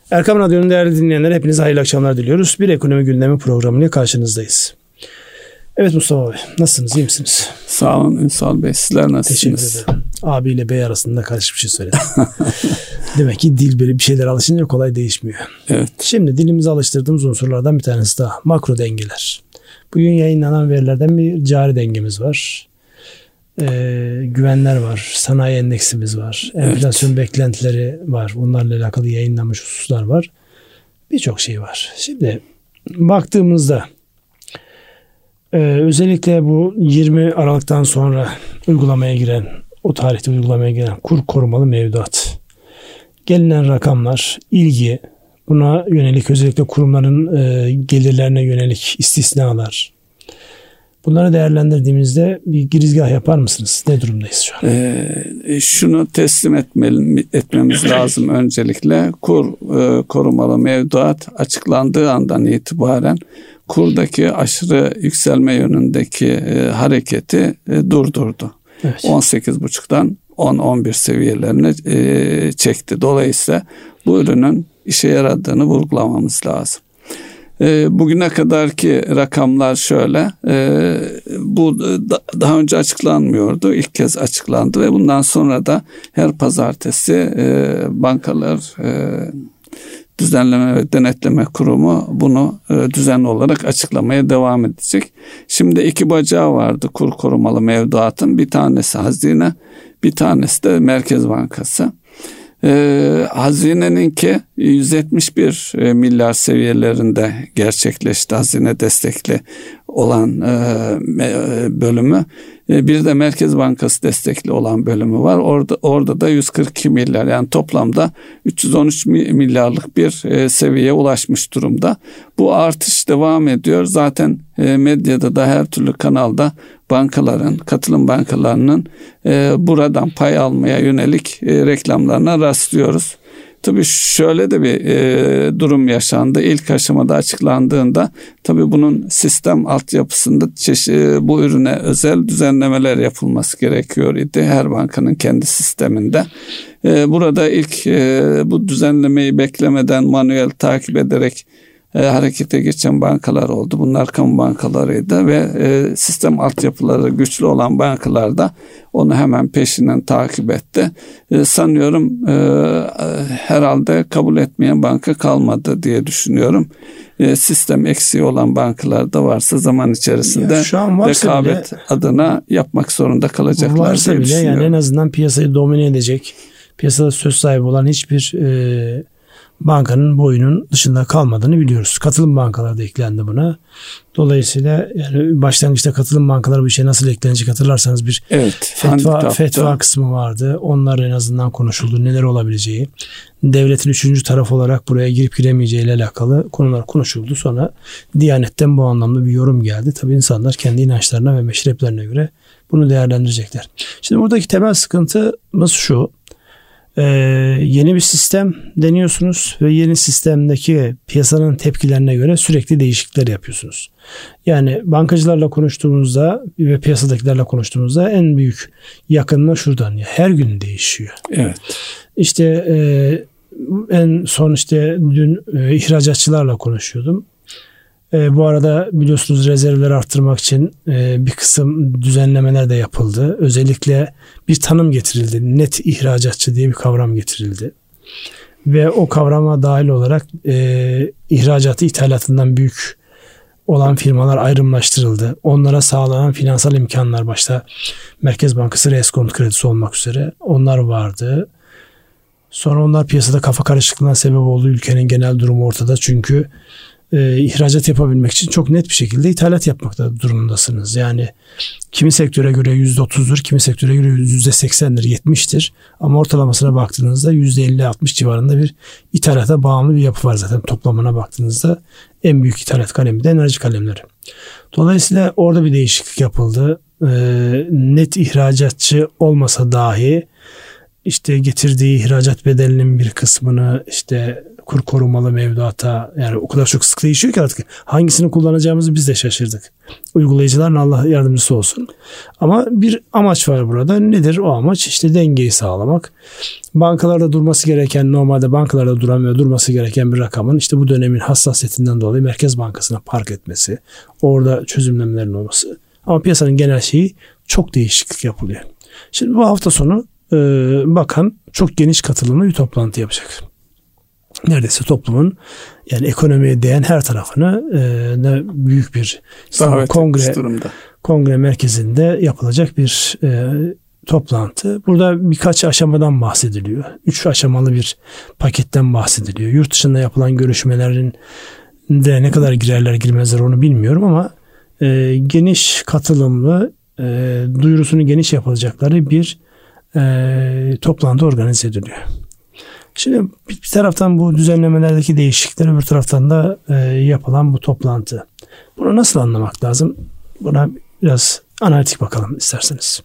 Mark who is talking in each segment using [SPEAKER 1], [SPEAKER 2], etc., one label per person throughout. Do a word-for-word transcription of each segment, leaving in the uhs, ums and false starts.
[SPEAKER 1] Erkam Radyo'nun değerli dinleyenler, hepinize hayırlı akşamlar diliyoruz. Bir ekonomi gündemi programıyla karşınızdayız. Evet Mustafa Bey, nasılsınız, iyi misiniz?
[SPEAKER 2] Sağ olun Ünsal Bey, sizler nasılsınız?
[SPEAKER 1] Teşekkür ederim. Abi ile bey arasında karışık bir şey söyledim. Demek ki dil böyle bir şeyler alışınca kolay değişmiyor.
[SPEAKER 2] Evet.
[SPEAKER 1] Şimdi dilimize alıştırdığımız unsurlardan bir tanesi daha makro dengeler. Bugün yayınlanan verilerden bir cari dengemiz var. Ee, güvenler var, sanayi endeksimiz var, enflasyon evet. beklentileri var, bunlarla alakalı yayınlanmış hususlar var, birçok şey var. Şimdi baktığımızda e, özellikle bu yirmi Aralık'tan sonra uygulamaya giren, o tarihte uygulamaya giren kur korumalı mevduat, gelinen rakamlar, ilgi, buna yönelik özellikle kurumların e, gelirlerine yönelik istisnalar, bunları değerlendirdiğimizde bir girizgah yapar mısınız? Ne durumdayız şu an?
[SPEAKER 2] Ee, şunu teslim etmeli, etmemiz lazım öncelikle. Kur e, korumalı mevduat açıklandığı andan itibaren kurdaki aşırı yükselme yönündeki e, hareketi e, durdurdu. Evet. on sekiz buçuktan on on bir seviyelerine e, çekti. Dolayısıyla bu ürünün işe yaradığını vurgulamamız lazım. Bugüne kadarki rakamlar şöyle, bu daha önce açıklanmıyordu, ilk kez açıklandı ve bundan sonra da her pazartesi bankalar Düzenleme ve Denetleme Kurumu bunu düzenli olarak açıklamaya devam edecek. Şimdi iki bacağı vardı kur korumalı mevduatın, bir tanesi hazine, bir tanesi de Merkez Bankası. Ee, hazineninki yüz yetmiş bir milyar seviyelerinde gerçekleşti, hazine destekli olan e, bölümü. E, bir de Merkez Bankası destekli olan bölümü var. Orada orada da yüz kırk iki milyar, yani toplamda üç yüz on üç milyarlık bir e, seviyeye ulaşmış durumda. Bu artış devam ediyor. Zaten e, medyada da her türlü kanalda bankaların, katılım bankalarının e, buradan pay almaya yönelik e, reklamlarına rastlıyoruz. Tabii şöyle de bir e, durum yaşandı. İlk aşamada açıklandığında tabii bunun sistem altyapısında çeşi, bu ürüne özel düzenlemeler yapılması gerekiyor idi. Her bankanın kendi sisteminde. E, burada ilk e, bu düzenlemeyi beklemeden manuel takip ederek E, harekete geçen bankalar oldu. Bunlar kamu bankalarıydı ve e, sistem altyapıları güçlü olan bankalar da onu hemen peşinden takip etti. E, sanıyorum e, herhalde kabul etmeyen banka kalmadı diye düşünüyorum. E, sistem eksiği olan bankalar da varsa zaman içerisinde şu an rekabet bile, adına yapmak zorunda kalacaklar
[SPEAKER 1] varsa
[SPEAKER 2] diye
[SPEAKER 1] bile
[SPEAKER 2] düşünüyorum.
[SPEAKER 1] Yani en azından piyasayı domine edecek, piyasada söz sahibi olan hiçbir e, bankanın boyunun dışında kalmadığını biliyoruz. Katılım bankaları da eklendi buna. Dolayısıyla yani başlangıçta katılım bankaları bu işe nasıl eklenecek hatırlarsanız bir
[SPEAKER 2] evet,
[SPEAKER 1] fetva, fetva kısmı vardı. Onlar en azından konuşuldu. Neler olabileceği. Devletin üçüncü taraf olarak buraya girip giremeyeceği ile alakalı konular konuşuldu. Sonra Diyanet'ten bu anlamda bir yorum geldi. Tabii insanlar kendi inançlarına ve meşreplerine göre bunu değerlendirecekler. Şimdi buradaki temel sıkıntımız şu. Ee, yeni bir sistem deniyorsunuz ve yeni sistemdeki piyasanın tepkilerine göre sürekli değişiklikler yapıyorsunuz. Yani bankacılarla konuştuğumuzda ve piyasadakilerle konuştuğumuzda en büyük yakınma şuradan, ya her gün değişiyor.
[SPEAKER 2] Evet.
[SPEAKER 1] İşte e, en son işte dün e, ihracatçılarla konuşuyordum. E, bu arada biliyorsunuz rezervleri arttırmak için e, bir kısım düzenlemeler de yapıldı. Özellikle bir tanım getirildi. Net ihracatçı diye bir kavram getirildi. Ve o kavrama dahil olarak e, ihracatı ithalatından büyük olan firmalar ayrımlaştırıldı. Onlara sağlanan finansal imkanlar, başta Merkez Bankası reskont kredisi olmak üzere, onlar vardı. Sonra onlar piyasada kafa karışıklığına sebep oldu. Ülkenin genel durumu ortada, çünkü E, ihracat yapabilmek için çok net bir şekilde ithalat yapmakta durumundasınız. Yani kimi sektöre göre yüzde otuzdur, kimi sektöre göre yüzde seksendir, yetmiştir. Ama ortalamasına baktığınızda yüzde elli altmış civarında bir ithalata bağımlı bir yapı var zaten. Toplamına baktığınızda en büyük ithalat kalemi de enerji kalemleri. Dolayısıyla orada bir değişiklik yapıldı. E, net ihracatçı olmasa dahi işte getirdiği ihracat bedelinin bir kısmını işte kur korumalı mevduata, yani o kadar çok sık değişiyor ki artık hangisini kullanacağımızı biz de şaşırdık. Uygulayıcıların Allah yardımcısı olsun. Ama bir amaç var burada. Nedir o amaç? İşte dengeyi sağlamak. Bankalarda durması gereken, normalde bankalarda duran ve durması gereken bir rakamın işte bu dönemin hassasiyetinden dolayı Merkez Bankası'na park etmesi, orada çözümlemelerin olması. Ama piyasanın genel şeyi çok değişiklik yapılıyor. Şimdi bu hafta sonu e, bakan çok geniş katılımlı bir toplantı yapacak. Neredeyse toplumun, yani ekonomiye değen her tarafını e, büyük bir kongre kongre merkezinde yapılacak bir e, toplantı. Burada birkaç aşamadan bahsediliyor. Üç aşamalı bir paketten bahsediliyor. Yurt dışında yapılan görüşmelerin de ne kadar girerler girmezler onu bilmiyorum ama e, geniş katılımlı, e, duyurusunu geniş yapılacakları bir e, toplantı organize ediliyor. Şimdi bir taraftan bu düzenlemelerdeki değişiklikler, öbür taraftan da e, yapılan bu toplantı. Bunu nasıl anlamak lazım? Buna biraz analitik bakalım isterseniz.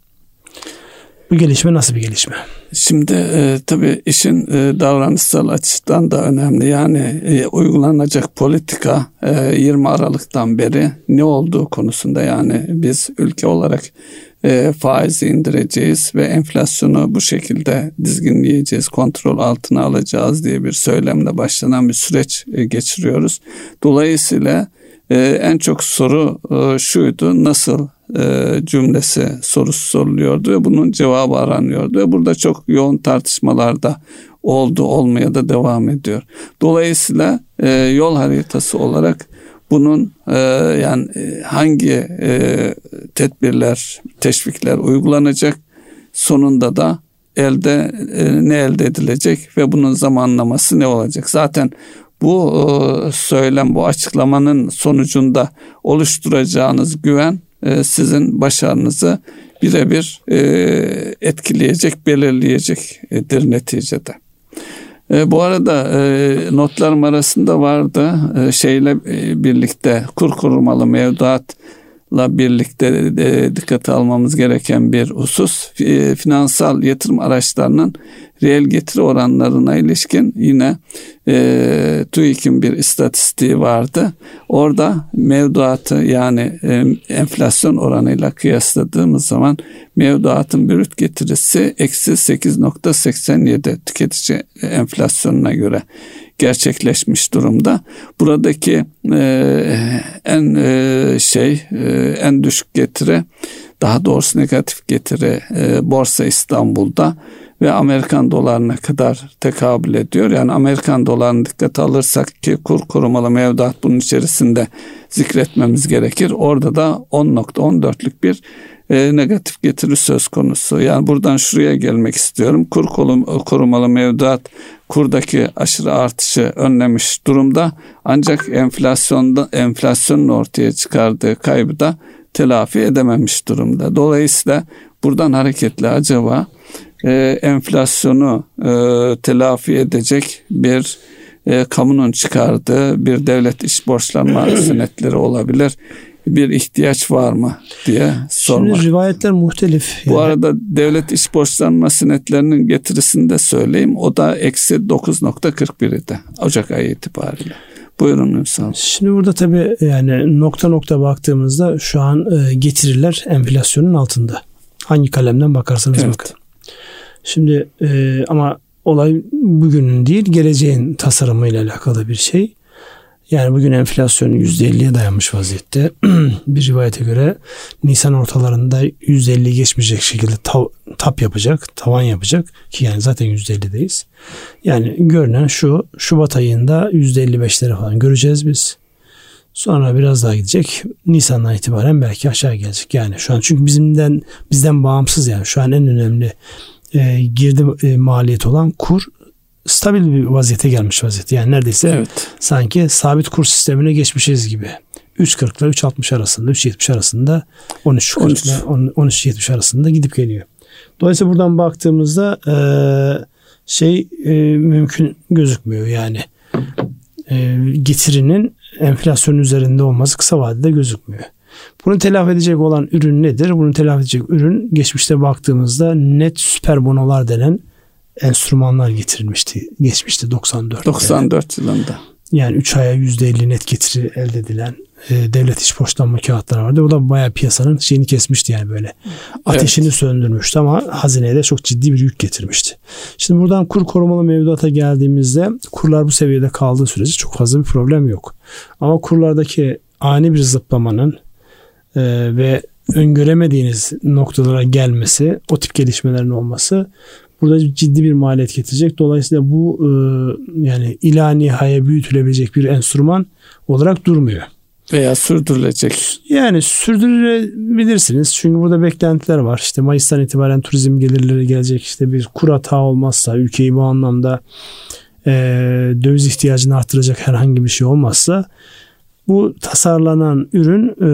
[SPEAKER 1] Bu gelişme nasıl bir gelişme?
[SPEAKER 2] Şimdi e, tabii işin e, davranışsal açıdan da önemli. Yani e, uygulanacak politika e, yirmi Aralık'tan beri ne olduğu konusunda, yani biz ülke olarak e, faizi indireceğiz ve enflasyonu bu şekilde dizginleyeceğiz, kontrol altına alacağız diye bir söylemle başlanan bir süreç e, geçiriyoruz. Dolayısıyla e, en çok soru e, şuydu: nasıl e, cümlesi sorusu soruluyordu ve bunun cevabı aranıyordu ve burada çok yoğun tartışmalar da oldu, olmaya da devam ediyor. Dolayısıyla e, yol haritası olarak bunun e, yani hangi e, tedbirler, teşvikler uygulanacak, sonunda da elde e, ne elde edilecek ve bunun zamanlaması ne olacak? Zaten bu e, söylem, bu açıklamanın sonucunda oluşturacağınız güven e, sizin başarınızı birebir e, etkileyecek, belirleyecektir neticede. E, bu arada e, notlarım arasında vardı e, şeyle e, birlikte kur korumalı mevduatla birlikte e, dikkate almamız gereken bir husus, e, finansal yatırım araçlarının reel getiri oranlarına ilişkin yine e, TÜİK'in bir istatistiği vardı. Orada mevduatı, yani e, enflasyon oranıyla kıyasladığımız zaman mevduatın brüt getirisi eksi sekiz virgül seksen yedi tüketici enflasyonuna göre gerçekleşmiş durumda. Buradaki e, en e, şey e, en düşük getiri, daha doğrusu negatif getiri e, Borsa İstanbul'da ve Amerikan dolarına kadar tekabül ediyor. Yani Amerikan dolarını dikkate alırsak, ki kur korumalı mevduat bunun içerisinde zikretmemiz gerekir, orada da on virgül on dörtlük bir e, negatif getiri söz konusu. Yani buradan şuraya gelmek istiyorum. Kur korumalı mevduat kurdaki aşırı artışı önlemiş durumda. Ancak enflasyonda enflasyonun ortaya çıkardığı kaybı da telafi edememiş durumda. Dolayısıyla buradan hareketle acaba e, enflasyonu e, telafi edecek bir e, kamunun çıkardığı bir devlet iş borçlanma senetleri olabilir, bir ihtiyaç var mı diye sormak.
[SPEAKER 1] Şimdi rivayetler muhtelif.
[SPEAKER 2] Yani. Bu arada devlet iş borçlanma senetlerinin getirisini de söyleyeyim. O da eksi dokuz virgül kırk bir idi Ocak ayı itibariyle. Buyurun Ünsal.
[SPEAKER 1] Şimdi burada tabii yani nokta nokta baktığımızda şu an e, getiriler enflasyonun altında. Hangi kalemden bakarsanız evet. bakın. Şimdi e, ama olay bugünün değil, geleceğin tasarımıyla alakalı bir şey. Yani bugün enflasyon yüzde elliye dayanmış vaziyette. Bir rivayete göre Nisan ortalarında yüzde elliyi geçmeyecek şekilde tav, tap yapacak, tavan yapacak ki yani zaten yüzde ellideyiz. Yani görünen şu, Şubat ayında yüzde elli beşleri falan göreceğiz biz. Sonra biraz daha gidecek. Nisan'dan itibaren belki aşağı gelecek. Yani şu an çünkü bizimden bizden bağımsız, yani şu an en önemli e, girdi e, maliyeti olan kur stabil bir vaziyete gelmiş vaziyette. Yani neredeyse evet. sanki sabit kur sistemine geçmişiz gibi. üç kırk ile üç altmış arasında, üç yetmiş arasında, on üç kırk ile on üç yetmiş arasında gidip geliyor. Dolayısıyla buradan baktığımızda e, şey e, mümkün gözükmüyor. Yani e, getirinin enflasyon üzerinde olması kısa vadede gözükmüyor. Bunu telafi edecek olan ürün nedir? Bunu telafi edecek ürün geçmişte baktığımızda net süper bonolar denen enstrümanlar getirilmişti. Geçmişti doksan dört.
[SPEAKER 2] doksan dört yılında.
[SPEAKER 1] Yani üç aya yüzde elli net getiri elde edilen e, devlet iş borçlanma kağıtları vardı. O da bayağı piyasanın şeyini kesmişti yani böyle. Ateşini evet. söndürmüştü ama hazineye de çok ciddi bir yük getirmişti. Şimdi buradan kur korumalı mevduata geldiğimizde kurlar bu seviyede kaldığı sürece çok fazla bir problem yok. Ama kurlardaki ani bir zıplamanın e, ve öngöremediğiniz noktalara gelmesi, o tip gelişmelerin olması burada ciddi bir maliyet getirecek. Dolayısıyla bu e, yani ila nihaya büyütülebilecek bir enstrüman olarak durmuyor.
[SPEAKER 2] Veya sürdürülecek.
[SPEAKER 1] Yani sürdürebilirsiniz. Çünkü burada beklentiler var. İşte Mayıs'tan itibaren turizm gelirleri gelecek. İşte bir kur hata olmazsa, ülkeyi bu anlamda e, döviz ihtiyacını arttıracak herhangi bir şey olmazsa bu tasarlanan ürün e,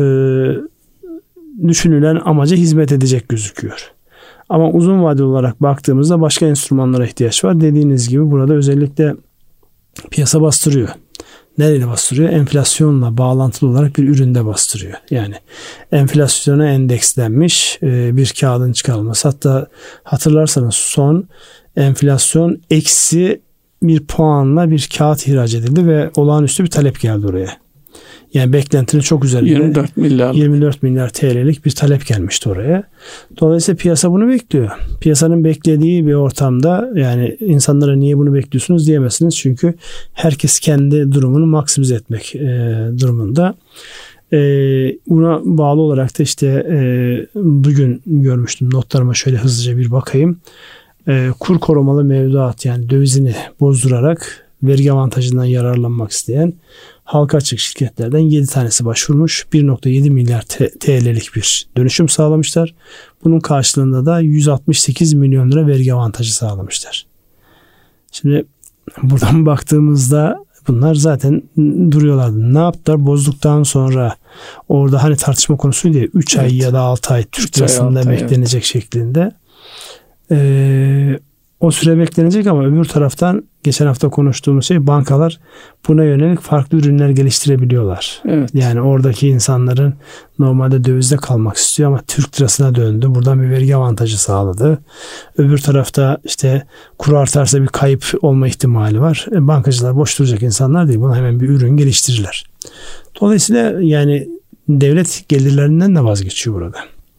[SPEAKER 1] düşünülen amaca hizmet edecek gözüküyor. Ama uzun vadeli olarak baktığımızda başka enstrümanlara ihtiyaç var. Dediğiniz gibi burada özellikle piyasa bastırıyor. Nereyle bastırıyor? Enflasyonla bağlantılı olarak bir üründe bastırıyor. Yani enflasyona endekslenmiş bir kağıdın çıkarılması. Hatta hatırlarsanız son enflasyon eksi bir puanla bir kağıt ihraç edildi ve olağanüstü bir talep geldi oraya. Yani beklentinin çok üzerinde
[SPEAKER 2] yirmi dört milyar
[SPEAKER 1] yirmi dört milyar T L'lik bir talep gelmişti oraya. Dolayısıyla piyasa bunu bekliyor. Piyasanın beklediği bir ortamda yani insanlara niye bunu bekliyorsunuz diyemezsiniz. Çünkü herkes kendi durumunu maksimize etmek e, durumunda. E, buna bağlı olarak da işte e, bugün görmüştüm, notlarıma şöyle hızlıca bir bakayım. E, kur korumalı mevduat yani dövizini bozdurarak vergi avantajından yararlanmak isteyen halka açık şirketlerden yedi tanesi başvurmuş. bir virgül yedi milyar T L'lik bir dönüşüm sağlamışlar. Bunun karşılığında da yüz altmış sekiz milyon lira vergi avantajı sağlamışlar. Şimdi buradan baktığımızda bunlar zaten duruyorlardı. Ne yaptılar? Bozduktan sonra orada hani tartışma konusuydu ya üç evet. ay ya da altı ay Türk lirasında beklenecek evet. şeklinde. Ee, o süre beklenecek ama öbür taraftan geçen hafta konuştuğumuz şey bankalar buna yönelik farklı ürünler geliştirebiliyorlar. Evet. Yani oradaki insanların normalde dövizde kalmak istiyor ama Türk lirasına döndü. Buradan bir vergi avantajı sağladı. Öbür tarafta işte kur artarsa bir kayıp olma ihtimali var. E, bankacılar boş duracak insanlar değil. Buna hemen bir ürün geliştirirler. Dolayısıyla yani devlet gelirlerinden de vazgeçiyor burada.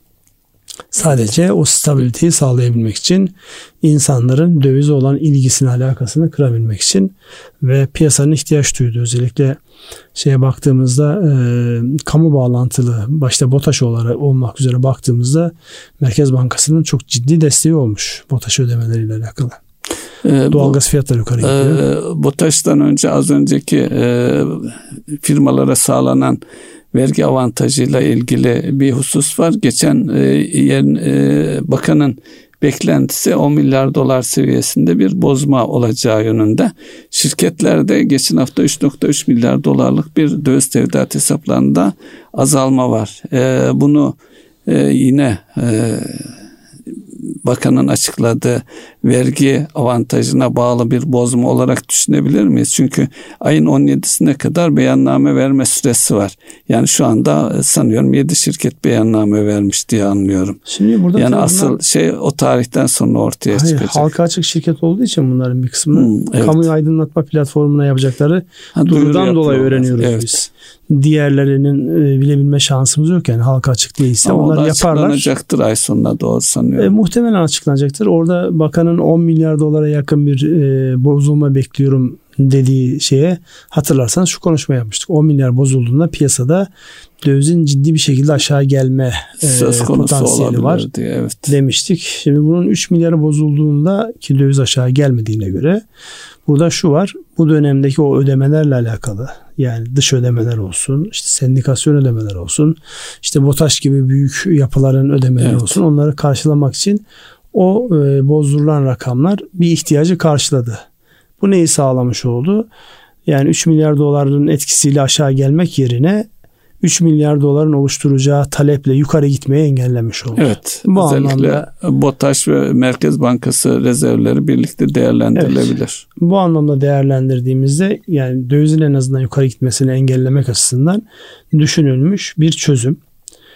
[SPEAKER 1] Sadece o stabiliteyi sağlayabilmek için insanların dövize olan ilgisini, alakasını kırabilmek için ve piyasanın ihtiyaç duyduğu özellikle şeye baktığımızda e, kamu bağlantılı başta BOTAŞ olarak olmak üzere baktığımızda Merkez Bankası'nın çok ciddi desteği olmuş BOTAŞ ödemeleriyle alakalı. Ee, Doğalgaz fiyatları yukarı gidiyor.
[SPEAKER 2] E, BOTAŞ'tan önce az önceki e, firmalara sağlanan vergi avantajıyla ilgili bir husus var. Geçen e, yer, e, bakanın beklentisi on milyar dolar seviyesinde bir bozma olacağı yönünde. Şirketlerde geçen hafta üç virgül üç milyar dolarlık bir döviz tevdiat hesaplarında azalma var. E, bunu e, yine e, bakanın açıkladığı vergi avantajına bağlı bir bozma olarak düşünebilir miyiz? Çünkü ayın on yedisine kadar beyanname verme süresi var. Yani şu anda sanıyorum yedi şirket beyanname vermiş diye anlıyorum. Şimdi burada yani asıl bunlar, şey o tarihten sonra ortaya hayır, çıkacak.
[SPEAKER 1] Halka açık şirket olduğu için bunların bir kısmını hmm, evet. kamuyu aydınlatma platformuna yapacakları ha, duyurudan dolayı öğreniyoruz evet. biz. Diğerlerinin e, bilebilme şansımız yok yani halka açık değilse ama onlar yaparlar.
[SPEAKER 2] Açıklanacaktır ay sonuna doğru sanıyorum.
[SPEAKER 1] E, muhtemelen açıklanacaktır. Orada bakanın on milyar dolara yakın bir e, bozulma bekliyorum dediği şeye hatırlarsanız şu konuşma yapmıştık. on milyar bozulduğunda piyasada dövizin ciddi bir şekilde aşağı gelme
[SPEAKER 2] söz
[SPEAKER 1] e,
[SPEAKER 2] konusu
[SPEAKER 1] potansiyeli var
[SPEAKER 2] diye, evet.
[SPEAKER 1] demiştik. Şimdi bunun üç milyarı bozulduğunda ki döviz aşağı gelmediğine göre burada şu var. Bu dönemdeki o ödemelerle alakalı yani dış ödemeler olsun, işte sendikasyon ödemeler olsun, işte BOTAŞ gibi büyük yapıların ödemeleri evet. olsun. Onları karşılamak için o e, bozdurulan rakamlar bir ihtiyacı karşıladı. Bu neyi sağlamış oldu? Yani üç milyar doların etkisiyle aşağı gelmek yerine üç milyar doların oluşturacağı taleple yukarı gitmeyi engellemiş oldu. Evet.
[SPEAKER 2] Bu özellikle anlamda BOTAŞ ve Merkez Bankası rezervleri birlikte değerlendirilebilir. Evet,
[SPEAKER 1] bu anlamda değerlendirdiğimizde yani dövizin en azından yukarı gitmesini engellemek açısından düşünülmüş bir çözüm.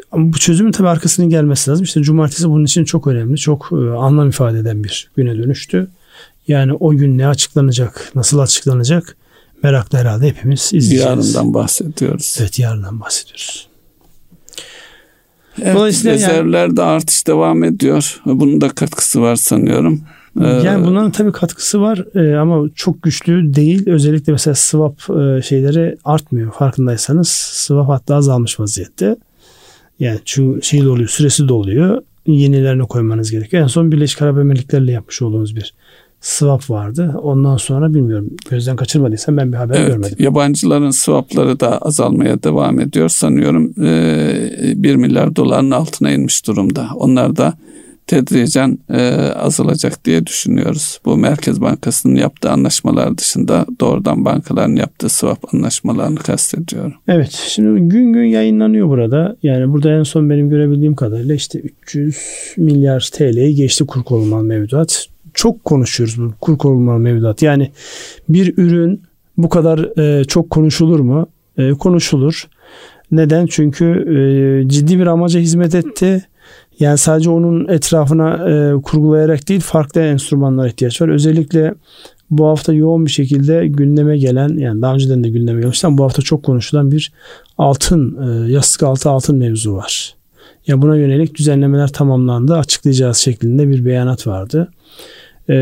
[SPEAKER 1] ama bu çözümün tabii arkasının gelmesi lazım. İşte cumartesi bunun için çok önemli, çok e, anlam ifade eden bir güne dönüştü. Yani o gün ne açıklanacak, nasıl açıklanacak merakla herhalde hepimiz izleyeceğiz.
[SPEAKER 2] Yarından bahsediyoruz.
[SPEAKER 1] Evet, yarından bahsediyoruz.
[SPEAKER 2] Evet,
[SPEAKER 1] Dolayısıyla
[SPEAKER 2] rezervlerde yani, artış devam ediyor. Bunun da katkısı var sanıyorum.
[SPEAKER 1] Yani bunların tabii katkısı var ama çok güçlü değil. Özellikle mesela swap şeyleri artmıyor. Farkındaysanız swap hatta azalmış vaziyette. Yani şu şey doluyor, süresi doluyor. Yenilerini koymanız gerekiyor. En son Birleşik Arap Emirlikleri'yle yapmış olduğumuz bir swap vardı. Ondan sonra bilmiyorum, gözden kaçırmadıysam ben bir haber
[SPEAKER 2] evet,
[SPEAKER 1] görmedim.
[SPEAKER 2] Yabancıların swapları da azalmaya devam ediyor. Sanıyorum bir milyar doların altına inmiş durumda. Onlar da tedricen e, azalacak diye düşünüyoruz. Bu Merkez Bankası'nın yaptığı anlaşmalar dışında doğrudan bankaların yaptığı swap anlaşmalarını kastediyorum.
[SPEAKER 1] Evet, şimdi gün gün yayınlanıyor burada. Yani burada en son benim görebildiğim kadarıyla işte üç yüz milyar T L'yi geçti kur korumalı mevduat. Çok konuşuyoruz bu kur korumalı mevduat. Yani bir ürün bu kadar e, çok konuşulur mu? E, konuşulur. Neden? Çünkü e, ciddi bir amaca hizmet etti. Yani sadece onun etrafına e, kurgulayarak değil, farklı enstrümanlara ihtiyaç var. Özellikle bu hafta yoğun bir şekilde gündeme gelen, yani daha önceden de gündeme gelmişti ama bu hafta çok konuşulan bir altın, e, yastık altı altın mevzu var. Yani buna yönelik düzenlemeler tamamlandı, açıklayacağız şeklinde bir beyanat vardı. E,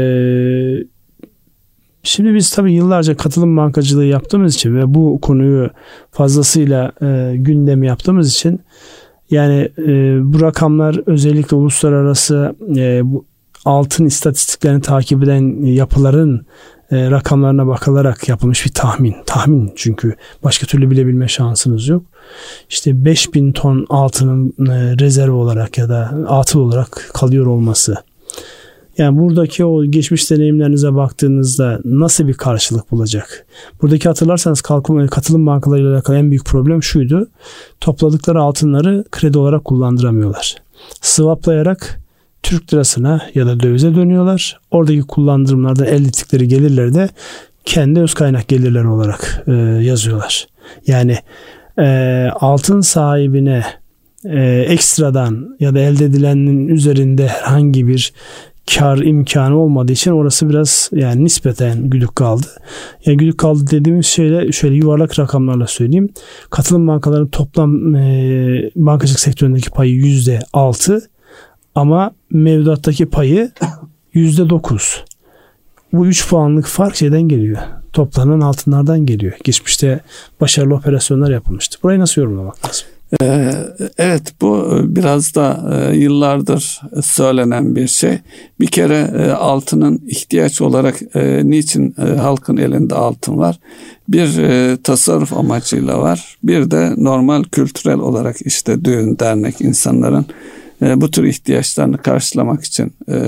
[SPEAKER 1] şimdi biz tabii yıllarca katılım bankacılığı yaptığımız için ve bu konuyu fazlasıyla e, gündem yaptığımız için, yani e, bu rakamlar özellikle uluslararası e, bu altın istatistiklerini takip eden yapıların e, rakamlarına bakılarak yapılmış bir tahmin. Tahmin, çünkü başka türlü bilebilme şansınız yok. İşte beş bin ton altının e, rezerv olarak ya da atıl olarak kalıyor olması. Yani buradaki o geçmiş deneyimlerinize baktığınızda nasıl bir karşılık bulacak? Buradaki hatırlarsanız kalkınma, katılım bankalarıyla alakalı en büyük problem şuydu. Topladıkları altınları kredi olarak kullandıramıyorlar. Swaplayarak Türk lirasına ya da dövize dönüyorlar. Oradaki kullandırımlardan elde ettikleri gelirleri de kendi öz kaynak gelirleri olarak e, yazıyorlar. Yani e, altın sahibine e, ekstradan ya da elde edilenin üzerinde herhangi bir kar imkanı olmadığı için orası biraz yani nispeten güdük kaldı. Yani güdük kaldı dediğimiz şeyle şöyle yuvarlak rakamlarla söyleyeyim. Katılım bankalarının toplam e, bankacılık sektöründeki payı yüzde altı ama mevduattaki payı yüzde dokuz. Bu üç puanlık fark şeyden geliyor. Toplanan altınlardan geliyor. Geçmişte başarılı operasyonlar yapılmıştı. Burayı nasıl yorumlamak lazım?
[SPEAKER 2] Evet, bu biraz da yıllardır söylenen bir şey. Bir kere altının ihtiyaç olarak niçin halkın elinde altın var? Bir tasarruf amacıyla var. Bir de normal kültürel olarak işte düğün, dernek, insanların bu tür ihtiyaçlarını karşılamak için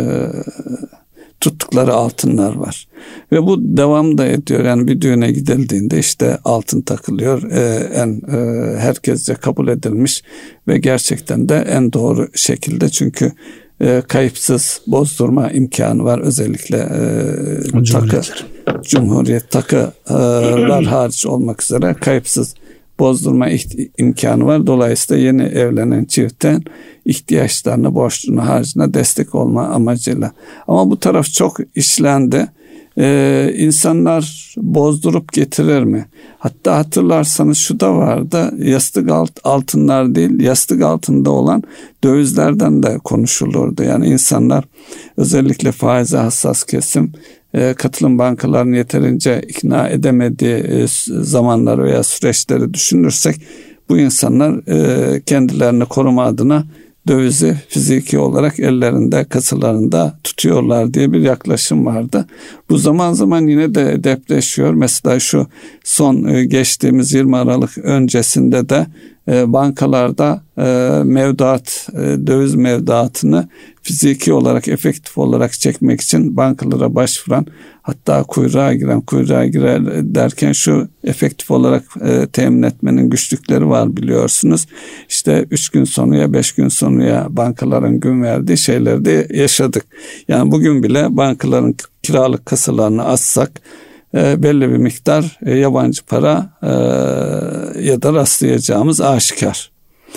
[SPEAKER 2] tuttukları altınlar var. Ve bu devam da ediyor. Yani bir düğüne gidildiğinde işte altın takılıyor. Ee, en e, herkesce kabul edilmiş ve gerçekten de en doğru şekilde, çünkü e, kayıpsız bozdurma imkanı var. Özellikle e, takı, Cumhuriyet takılar hariç olmak üzere kayıpsız bozdurma imkanı var. Dolayısıyla yeni evlenen çiftten ihtiyaçlarına, borçlarına, harcına destek olma amacıyla. Ama bu taraf çok işlendi. Ee, insanlar bozdurup getirir mi? Hatta hatırlarsanız şu da vardı. Yastık alt, altınlar değil, yastık altında olan dövizlerden de konuşulurdu. Yani insanlar, özellikle faize hassas kesim, e, katılım bankalarını yeterince ikna edemediği e, zamanlar veya süreçleri düşünürsek, bu insanlar e, kendilerini koruma adına dövizi fiziki olarak ellerinde, kasalarında tutuyorlar diye bir yaklaşım vardı. Bu zaman zaman yine de depreşiyor. Mesela şu son geçtiğimiz yirmi Aralık öncesinde de bankalarda mevduat, döviz mevduatını fiziki olarak, efektif olarak çekmek için bankalara başvuran, hatta kuyruğa giren, kuyruğa girer derken şu efektif olarak e, temin etmenin güçlükleri var biliyorsunuz. İşte üç gün sonraya, beş gün sonraya bankaların gün verdiği şeyleri de yaşadık. Yani bugün bile bankaların kiralık kasalarını açsak e, belli bir miktar e, yabancı para e, ya da rastlayacağımız aşikar.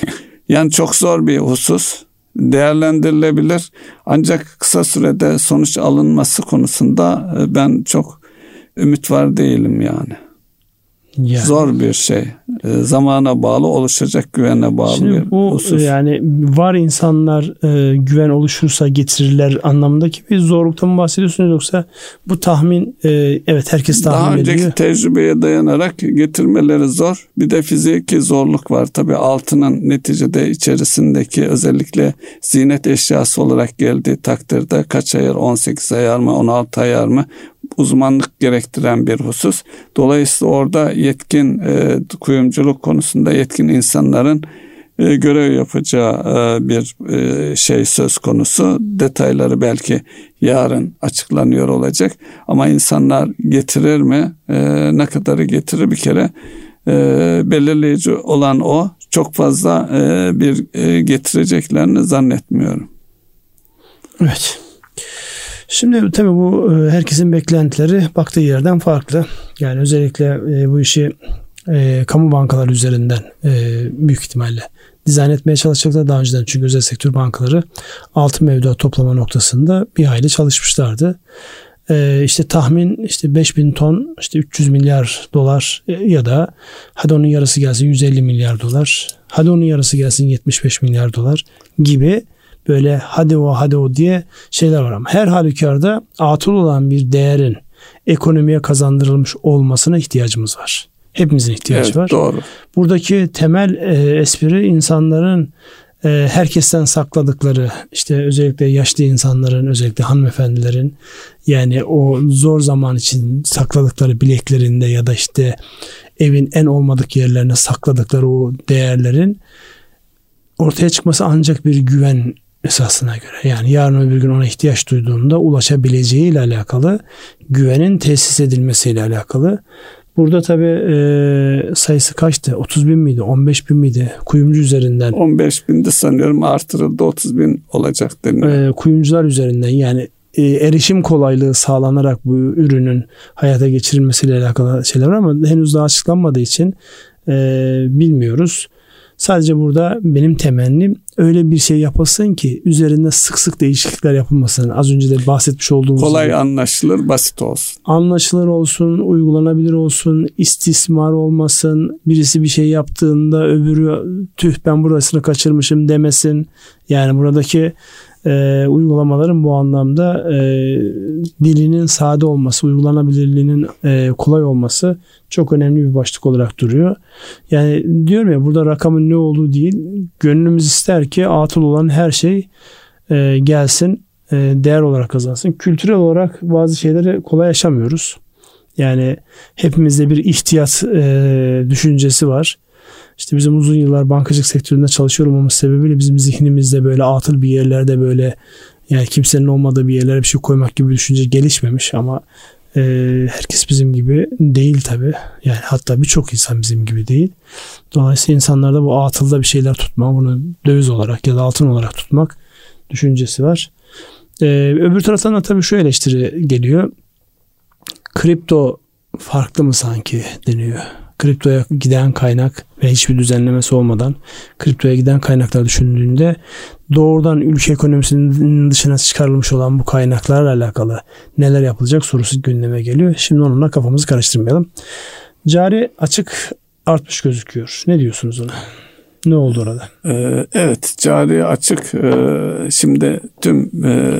[SPEAKER 2] Yani çok zor bir husus, değerlendirilebilir. Ancak kısa sürede sonuç alınması konusunda ben çok ümit var değilim yani. Yani. Zor bir şey. E, zamana bağlı, oluşacak güvene bağlı
[SPEAKER 1] Şimdi
[SPEAKER 2] bir
[SPEAKER 1] bu
[SPEAKER 2] husus.
[SPEAKER 1] Yani var insanlar e, güven oluşursa getirirler anlamındaki bir zorluktan mı bahsediyorsunuz, yoksa bu tahmin e, evet herkes tahmin
[SPEAKER 2] Daha
[SPEAKER 1] ediyor.
[SPEAKER 2] Daha önceki tecrübeye dayanarak getirmeleri zor. Bir de fiziki zorluk var. Tabii altının neticede içerisindeki özellikle ziynet eşyası olarak geldiği takdirde kaç ayar, on sekiz ayar mı, on altı ayar mı? Uzmanlık gerektiren bir husus. Dolayısıyla orada yetkin e, kuyumculuk konusunda yetkin insanların e, görev yapacağı e, bir e, şey söz konusu. Detayları belki yarın açıklanıyor olacak. Ama insanlar getirir mi? E, ne kadarı getirir bir kere? E, belirleyici olan o. Çok fazla e, bir e, getireceklerini zannetmiyorum.
[SPEAKER 1] Evet. Şimdi tabii bu herkesin beklentileri baktığı yerden farklı. Yani özellikle bu işi e, kamu bankaları üzerinden e, büyük ihtimalle dizayn etmeye çalışacaklar daha önceden. Çünkü özel sektör bankaları altın mevduat toplama noktasında bir hayli çalışmışlardı. E, işte tahmin işte beş bin ton işte üç yüz milyar dolar ya da hadi onun yarısı gelsin yüz elli milyar dolar. Hadi onun yarısı gelsin yetmiş beş milyar dolar gibi böyle hadi o hadi o diye şeyler var, ama her halükarda atıl olan bir değerin ekonomiye kazandırılmış olmasına ihtiyacımız var. Hepimizin ihtiyacı
[SPEAKER 2] evet,
[SPEAKER 1] var.
[SPEAKER 2] Doğru.
[SPEAKER 1] Buradaki temel e, espri insanların e, herkesten sakladıkları, işte özellikle yaşlı insanların, özellikle hanımefendilerin yani o zor zaman için sakladıkları bileklerinde ya da işte evin en olmadık yerlerine sakladıkları o değerlerin ortaya çıkması ancak bir güven esasına göre. Yani yarın öbür gün ona ihtiyaç duyduğunda ulaşabileceği ile alakalı, güvenin tesis edilmesiyle alakalı. Burada tabii e, sayısı kaçtı? otuz bin miydi? on beş bin miydi? Kuyumcu üzerinden.
[SPEAKER 2] on beş bindi sanıyorum, artırıldı, otuz bin olacak deniyor.
[SPEAKER 1] E, kuyumcular üzerinden yani e, erişim kolaylığı sağlanarak bu ürünün hayata geçirilmesiyle alakalı şeyler var ama henüz daha açıklanmadığı için e, bilmiyoruz. Sadece burada benim temennim öyle bir şey yapılsın ki üzerinde sık sık değişiklikler yapılmasın. Az önce de bahsetmiş olduğumuz
[SPEAKER 2] kolay
[SPEAKER 1] gibi.
[SPEAKER 2] anlaşılır, basit olsun.
[SPEAKER 1] Anlaşılır olsun, uygulanabilir olsun, istismar olmasın. Birisi bir şey yaptığında öbürü tüh ben burasını kaçırmışım demesin. Yani buradaki e, uygulamaların bu anlamda e, dilinin sade olması, uygulanabilirliğinin e, kolay olması çok önemli bir başlık olarak duruyor. Yani diyorum ya, burada rakamın ne olduğu değil, gönlümüz ister ki atıl olan her şey e, gelsin, e, değer olarak kazansın. Kültürel olarak bazı şeyleri kolay yaşamıyoruz. Yani hepimizde bir ihtiyat e, düşüncesi var. İşte bizim uzun yıllar bankacılık sektöründe çalışıyor olmamız sebebiyle bizim zihnimizde böyle atıl bir yerlerde böyle yani kimsenin olmadığı bir yerlere bir şey koymak gibi bir düşünce gelişmemiş ama e, herkes bizim gibi değil tabii. Yani hatta birçok insan bizim gibi değil. Dolayısıyla insanlarda bu atılda bir şeyler tutma, bunu döviz olarak ya da altın olarak tutmak düşüncesi var. E, öbür taraftan da tabii şu eleştiri geliyor. Kripto farklı mı sanki deniyor. Kriptoya giden kaynak ve hiçbir düzenlemesi olmadan kriptoya giden kaynaklar düşündüğünde doğrudan ülke ekonomisinin dışına çıkarılmış olan bu kaynaklarla alakalı neler yapılacak sorusu gündeme geliyor. Şimdi onunla kafamızı karıştırmayalım. Cari açık artmış gözüküyor. Ne diyorsunuz ona? Ne oldu orada?
[SPEAKER 2] Ee, evet, cari açık e, şimdi tüm e,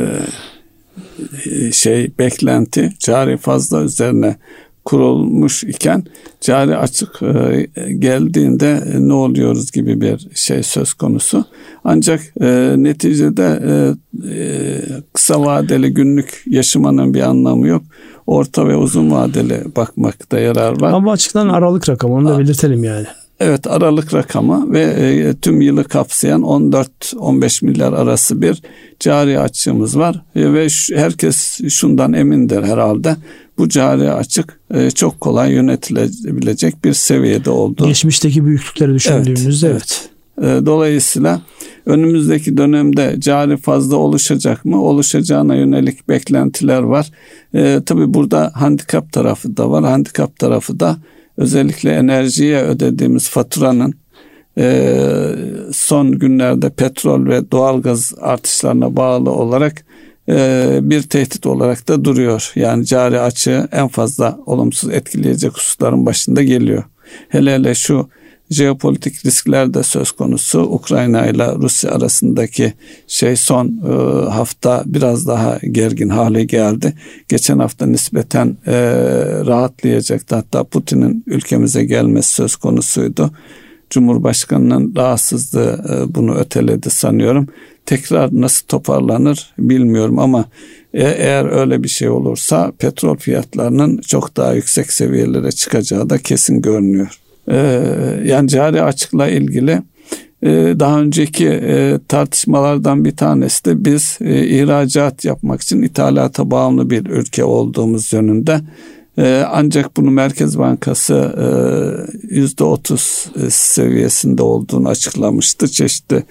[SPEAKER 2] şey beklenti cari fazla üzerine kurulmuş iken cari açık e, geldiğinde e, ne oluyoruz gibi bir şey söz konusu. Ancak e, neticede e, e, kısa vadeli günlük yaşamanın bir anlamı yok. Orta ve uzun vadeli bakmakta yarar var.
[SPEAKER 1] Ama açıklanan aralık rakamı, onu da belirtelim yani.
[SPEAKER 2] Evet, aralık rakamı ve e, tüm yılı kapsayan on dört on beş milyar arası bir cari açığımız var. E, ve şu, herkes şundan emindir herhalde. Bu cari açık e, çok kolay yönetilebilecek bir seviyede oldu.
[SPEAKER 1] Geçmişteki büyüklükleri düşündüğümüzde evet.
[SPEAKER 2] evet. E, dolayısıyla önümüzdeki dönemde cari fazla oluşacak mı? Oluşacağına yönelik beklentiler var. E, tabii burada handikap tarafı da var. Handikap tarafı da özellikle enerjiye ödediğimiz faturanın Ee, son günlerde petrol ve doğalgaz artışlarına bağlı olarak e, bir tehdit olarak da duruyor. Yani cari açığı en fazla olumsuz etkileyecek hususların başında geliyor. Hele hele şu jeopolitik riskler de söz konusu. Ukrayna ile Rusya arasındaki şey son e, hafta biraz daha gergin hale geldi. Geçen hafta nispeten e, rahatlayacaktı. Hatta Putin'in ülkemize gelmesi söz konusuydu. Cumhurbaşkanının rahatsızlığı e, bunu öteledi sanıyorum. Tekrar nasıl toparlanır bilmiyorum ama e, eğer öyle bir şey olursa petrol fiyatlarının çok daha yüksek seviyelere çıkacağı da kesin görünüyor. E, yani cari açıkla ilgili e, daha önceki e, tartışmalardan bir tanesi de biz e, ihracat yapmak için ithalata bağımlı bir ülke olduğumuz yönünde. Ancak bunu Merkez Bankası yüzde otuz seviyesinde olduğunu açıklamıştı. Çeşitli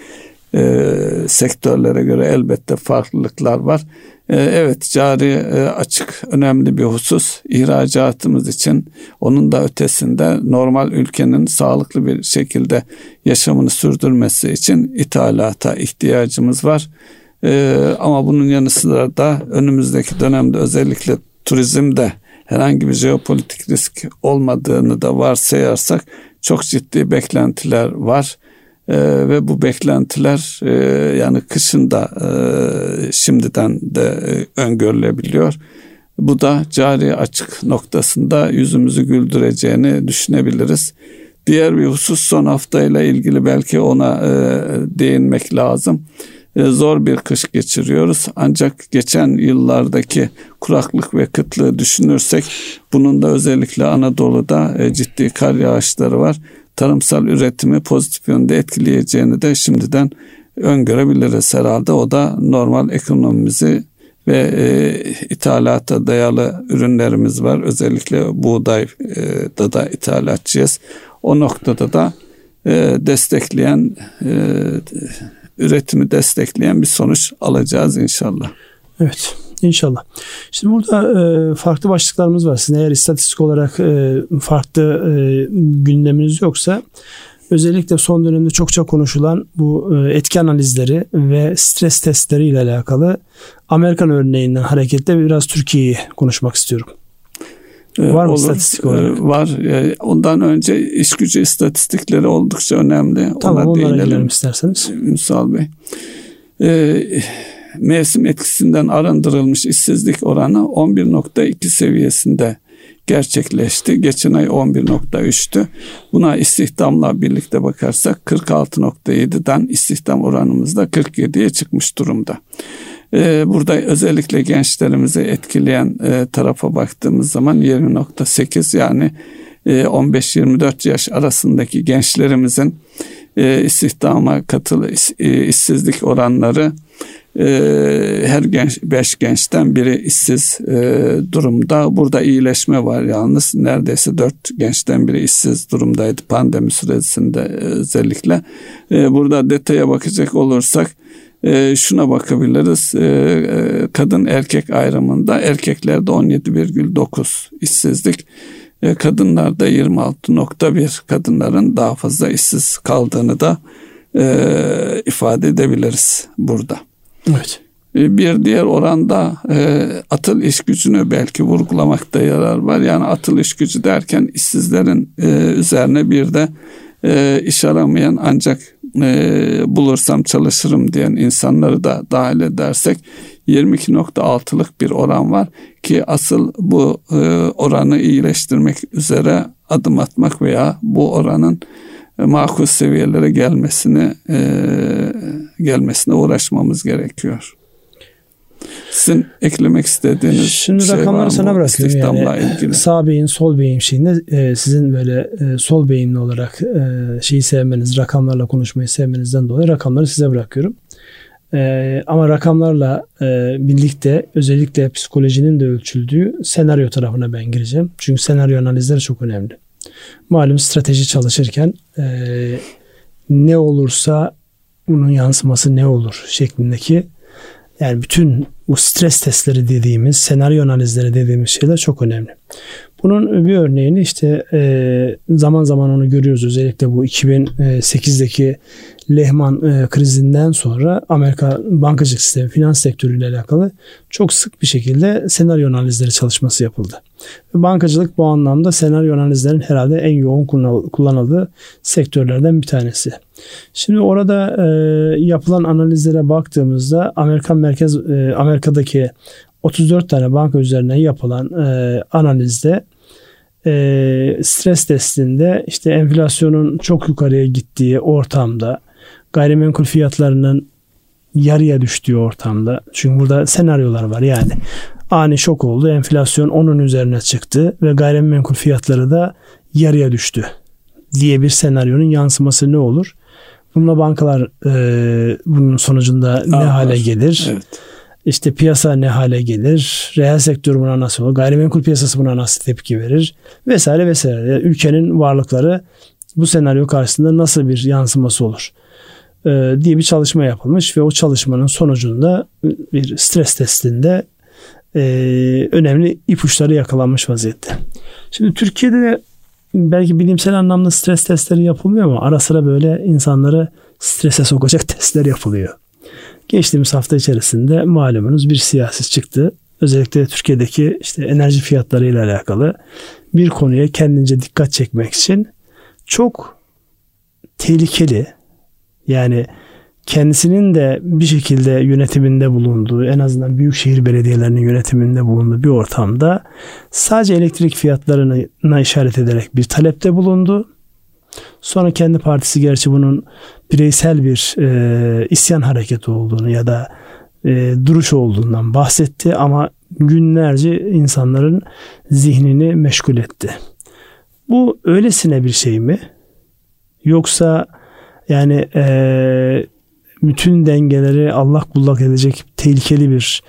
[SPEAKER 2] sektörlere göre elbette farklılıklar var. Evet, cari açık önemli bir husus. İhracatımız için onun da ötesinde normal ülkenin sağlıklı bir şekilde yaşamını sürdürmesi için ithalata ihtiyacımız var. Ama bunun yanı sıra da önümüzdeki dönemde özellikle turizmde herhangi bir jeopolitik risk olmadığını da varsayarsak çok ciddi beklentiler var. Ee, ve bu beklentiler e, yani kışın da e, şimdiden de e, öngörülebiliyor. Bu da cari açık noktasında yüzümüzü güldüreceğini düşünebiliriz. Diğer bir husus son haftayla ilgili belki ona e, değinmek lazım. Zor bir kış geçiriyoruz. Ancak geçen yıllardaki kuraklık ve kıtlığı düşünürsek bunun da özellikle Anadolu'da ciddi kar yağışları var. Tarımsal üretimi pozitif yönde etkileyeceğini de şimdiden öngörebiliriz herhalde. O da normal ekonomimizi ve e, ithalata dayalı ürünlerimiz var. Özellikle buğdayda da ithalatçıyız. O noktada da e, destekleyen e, üretimi destekleyen bir sonuç alacağız inşallah.
[SPEAKER 1] Evet, inşallah. Şimdi burada e, farklı başlıklarımız var. Sizin eğer istatistik olarak e, farklı e, gündeminiz yoksa özellikle son dönemde çokça konuşulan bu e, etki analizleri ve stres testleri ile alakalı Amerikan örneğinden hareketle biraz Türkiye'yi konuşmak istiyorum. Var mı
[SPEAKER 2] Olur,
[SPEAKER 1] istatistik olarak?
[SPEAKER 2] Var. Ondan önce iş gücü istatistikleri oldukça önemli.
[SPEAKER 1] Tamam,
[SPEAKER 2] ona
[SPEAKER 1] onlara
[SPEAKER 2] değinelim
[SPEAKER 1] isterseniz.
[SPEAKER 2] Ünsal Bey. Ee, mevsim etkisinden arındırılmış işsizlik oranı on bir nokta iki seviyesinde gerçekleşti. Geçen ay on bir nokta üçtü. Buna istihdamla birlikte bakarsak kırk altı nokta yediden istihdam oranımız da kırk yediye çıkmış durumda. Burada özellikle gençlerimizi etkileyen tarafa baktığımız zaman yirmi nokta sekiz yani on beş yirmi dört yaş arasındaki gençlerimizin istihdama katılı işsizlik oranları her genç beş gençten biri işsiz durumda. Burada iyileşme var yalnız. Neredeyse dört gençten biri işsiz durumdaydı pandemi süresinde özellikle. Burada detaya bakacak olursak E, şuna bakabiliriz. E, kadın erkek ayrımında erkeklerde on yedi virgül dokuz işsizlik, e, kadınlarda yirmi altı nokta bir, kadınların daha fazla işsiz kaldığını da e, ifade edebiliriz burada.
[SPEAKER 1] Evet.
[SPEAKER 2] E, bir diğer oranda e, atıl iş gücünü belki vurgulamakta yarar var. Yani atıl iş gücü derken işsizlerin e, üzerine bir de e, iş aramayan ancak E, bulursam çalışırım diyen insanları da dahil edersek yirmi iki nokta altılık bir oran var ki asıl bu e, oranı iyileştirmek üzere adım atmak veya bu oranın e, makul seviyelere gelmesini e, gelmesine uğraşmamız gerekiyor. Sizin eklemek istediğiniz
[SPEAKER 1] Şimdi
[SPEAKER 2] şey
[SPEAKER 1] rakamları
[SPEAKER 2] var
[SPEAKER 1] sana bırakıyorum yani
[SPEAKER 2] ilgili?
[SPEAKER 1] Sağ beyin sol beyin şeyinde e, sizin böyle e, sol beyinli olarak e, şeyi sevmeniz, rakamlarla konuşmayı sevmenizden dolayı rakamları size bırakıyorum. E, ama rakamlarla e, birlikte özellikle psikolojinin de ölçüldüğü senaryo tarafına ben gireceğim. Çünkü senaryo analizleri çok önemli. Malum strateji çalışırken e, ne olursa bunun yansıması ne olur şeklindeki, yani bütün bu stres testleri dediğimiz, senaryo analizleri dediğimiz şeyler çok önemli. Bunun bir örneğini işte e, zaman zaman onu görüyoruz. Özellikle bu iki bin sekizdeki Lehman e, krizinden sonra Amerika bankacılık sistemi, finans sektörüyle alakalı çok sık bir şekilde senaryo analizleri çalışması yapıldı. Bankacılık bu anlamda senaryo analizlerin herhalde en yoğun kullanıldığı sektörlerden bir tanesi. Şimdi orada e, yapılan analizlere baktığımızda Amerikan merkez e, Amerika'daki otuz dört tane banka üzerinden yapılan e, analizde e, stres testinde işte enflasyonun çok yukarıya gittiği ortamda, gayrimenkul fiyatlarının yarıya düştüğü ortamda, çünkü burada senaryolar var, yani ani şok oldu, enflasyon onun üzerine çıktı ve gayrimenkul fiyatları da yarıya düştü diye bir senaryonun yansıması ne olur? Bununla bankalar e, bunun sonucunda Aa, ne hale gelir? Evet. İşte piyasa ne hale gelir? Reel sektör buna nasıl olur? Gayrimenkul piyasası buna nasıl tepki verir? Vesaire vesaire. Yani ülkenin varlıkları bu senaryo karşısında nasıl bir yansıması olur? Ee, diye bir çalışma yapılmış ve o çalışmanın sonucunda bir stres testinde e, önemli ipuçları yakalanmış vaziyette. Şimdi Türkiye'de belki bilimsel anlamda stres testleri yapılmıyor ama ara sıra böyle insanları strese sokacak testler yapılıyor. Geçtiğimiz hafta içerisinde malumunuz bir siyasi çıktı. Özellikle Türkiye'deki işte enerji fiyatları ile alakalı bir konuya kendince dikkat çekmek için çok tehlikeli, yani kendisinin de bir şekilde yönetiminde bulunduğu, en azından büyükşehir belediyelerinin yönetiminde bulunduğu bir ortamda sadece elektrik fiyatlarına işaret ederek bir talepte bulundu. Sonra kendi partisi gerçi bunun bireysel bir e, isyan hareketi olduğunu ya da e, duruş olduğundan bahsetti ama günlerce insanların zihnini meşgul etti. Bu öylesine bir şey mi? Yoksa yani e, bütün dengeleri allak bullak edecek tehlikeli bir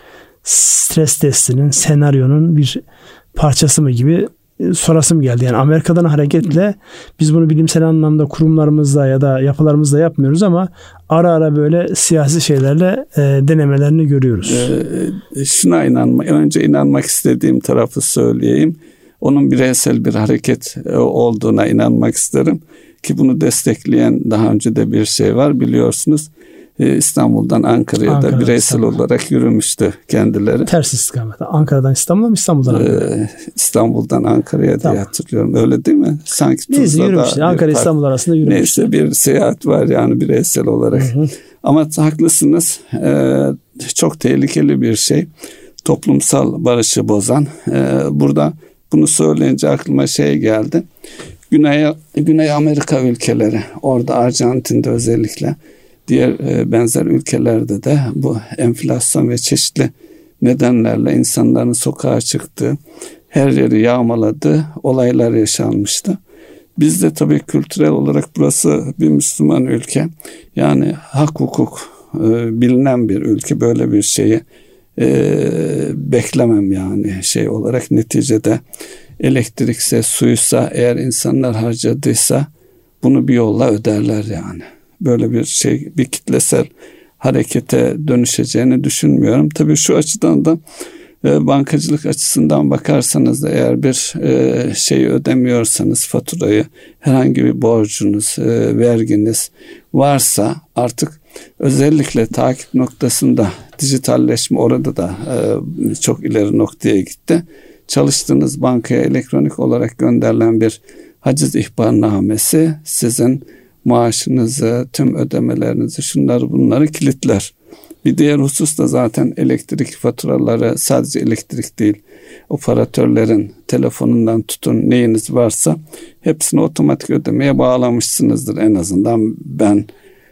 [SPEAKER 1] stres testinin, senaryonun bir parçası mı gibi sorasım geldi. Yani Amerika'dan hareketle biz bunu bilimsel anlamda kurumlarımızda ya da yapılarımızda yapmıyoruz ama ara ara böyle siyasi şeylerle e, denemelerini görüyoruz.
[SPEAKER 2] Ee, şuna inanma, önce inanmak istediğim tarafı söyleyeyim. Onun bireysel bir hareket olduğuna inanmak isterim ki bunu destekleyen daha önce de bir şey var, biliyorsunuz. İstanbul'dan Ankara'ya Ankara'dan da bireysel İstanbul. olarak yürümüştü kendileri.
[SPEAKER 1] Ters istikamet. Ankara'dan İstanbul'a mı, İstanbul'dan Ankara'ya?
[SPEAKER 2] Ee, İstanbul'dan Ankara'ya tamam. diye hatırlıyorum. Öyle değil mi? Sanki
[SPEAKER 1] neyse yürümüştü. Ankara İstanbul arasında yürümüştü.
[SPEAKER 2] Neyse bir seyahat var yani bireysel olarak. Hı hı. Ama haklısınız. Ee, çok tehlikeli bir şey. Toplumsal barışı bozan. Ee, burada bunu söyleyince aklıma şey geldi. Güney, Güney Amerika ülkeleri, orada Arjantin'de özellikle, diğer benzer ülkelerde de bu enflasyon ve çeşitli nedenlerle insanların sokağa çıktığı, her yeri yağmaladığı olaylar yaşanmıştı. Bizde tabii kültürel olarak burası bir Müslüman ülke. Yani hak hukuk e, bilinen bir ülke. Böyle bir şeyi e, beklemem yani şey olarak. Neticede elektrikse, suysa, eğer insanlar harcadıysa bunu bir yolla öderler yani. Böyle bir şey, bir kitlesel harekete dönüşeceğini düşünmüyorum. Tabii şu açıdan da e, bankacılık açısından bakarsanız da eğer bir e, şeyi ödemiyorsanız, faturayı, herhangi bir borcunuz, e, verginiz varsa artık özellikle takip noktasında dijitalleşme orada da e, çok ileri noktaya gitti. Çalıştığınız bankaya elektronik olarak gönderilen bir haciz ihbarnamesi sizin maaşınızı, tüm ödemelerinizi, şunları bunları kilitler. Bir diğer husus da zaten elektrik faturaları, sadece elektrik değil, operatörlerin telefonundan tutun neyiniz varsa hepsini otomatik ödemeye bağlamışsınızdır. En azından ben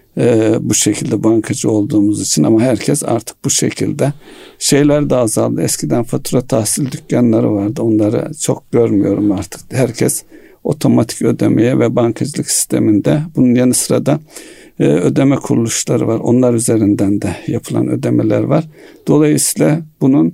[SPEAKER 2] e, bu şekilde bankacı olduğumuz için, ama herkes artık bu şekilde. Şeyler de azaldı. Eskiden fatura tahsil dükkanları vardı. Onları çok görmüyorum artık. Herkes otomatik ödemeye ve bankacılık sisteminde, bunun yanı sıra da e, ödeme kuruluşları var. Onlar üzerinden de yapılan ödemeler var. Dolayısıyla bunun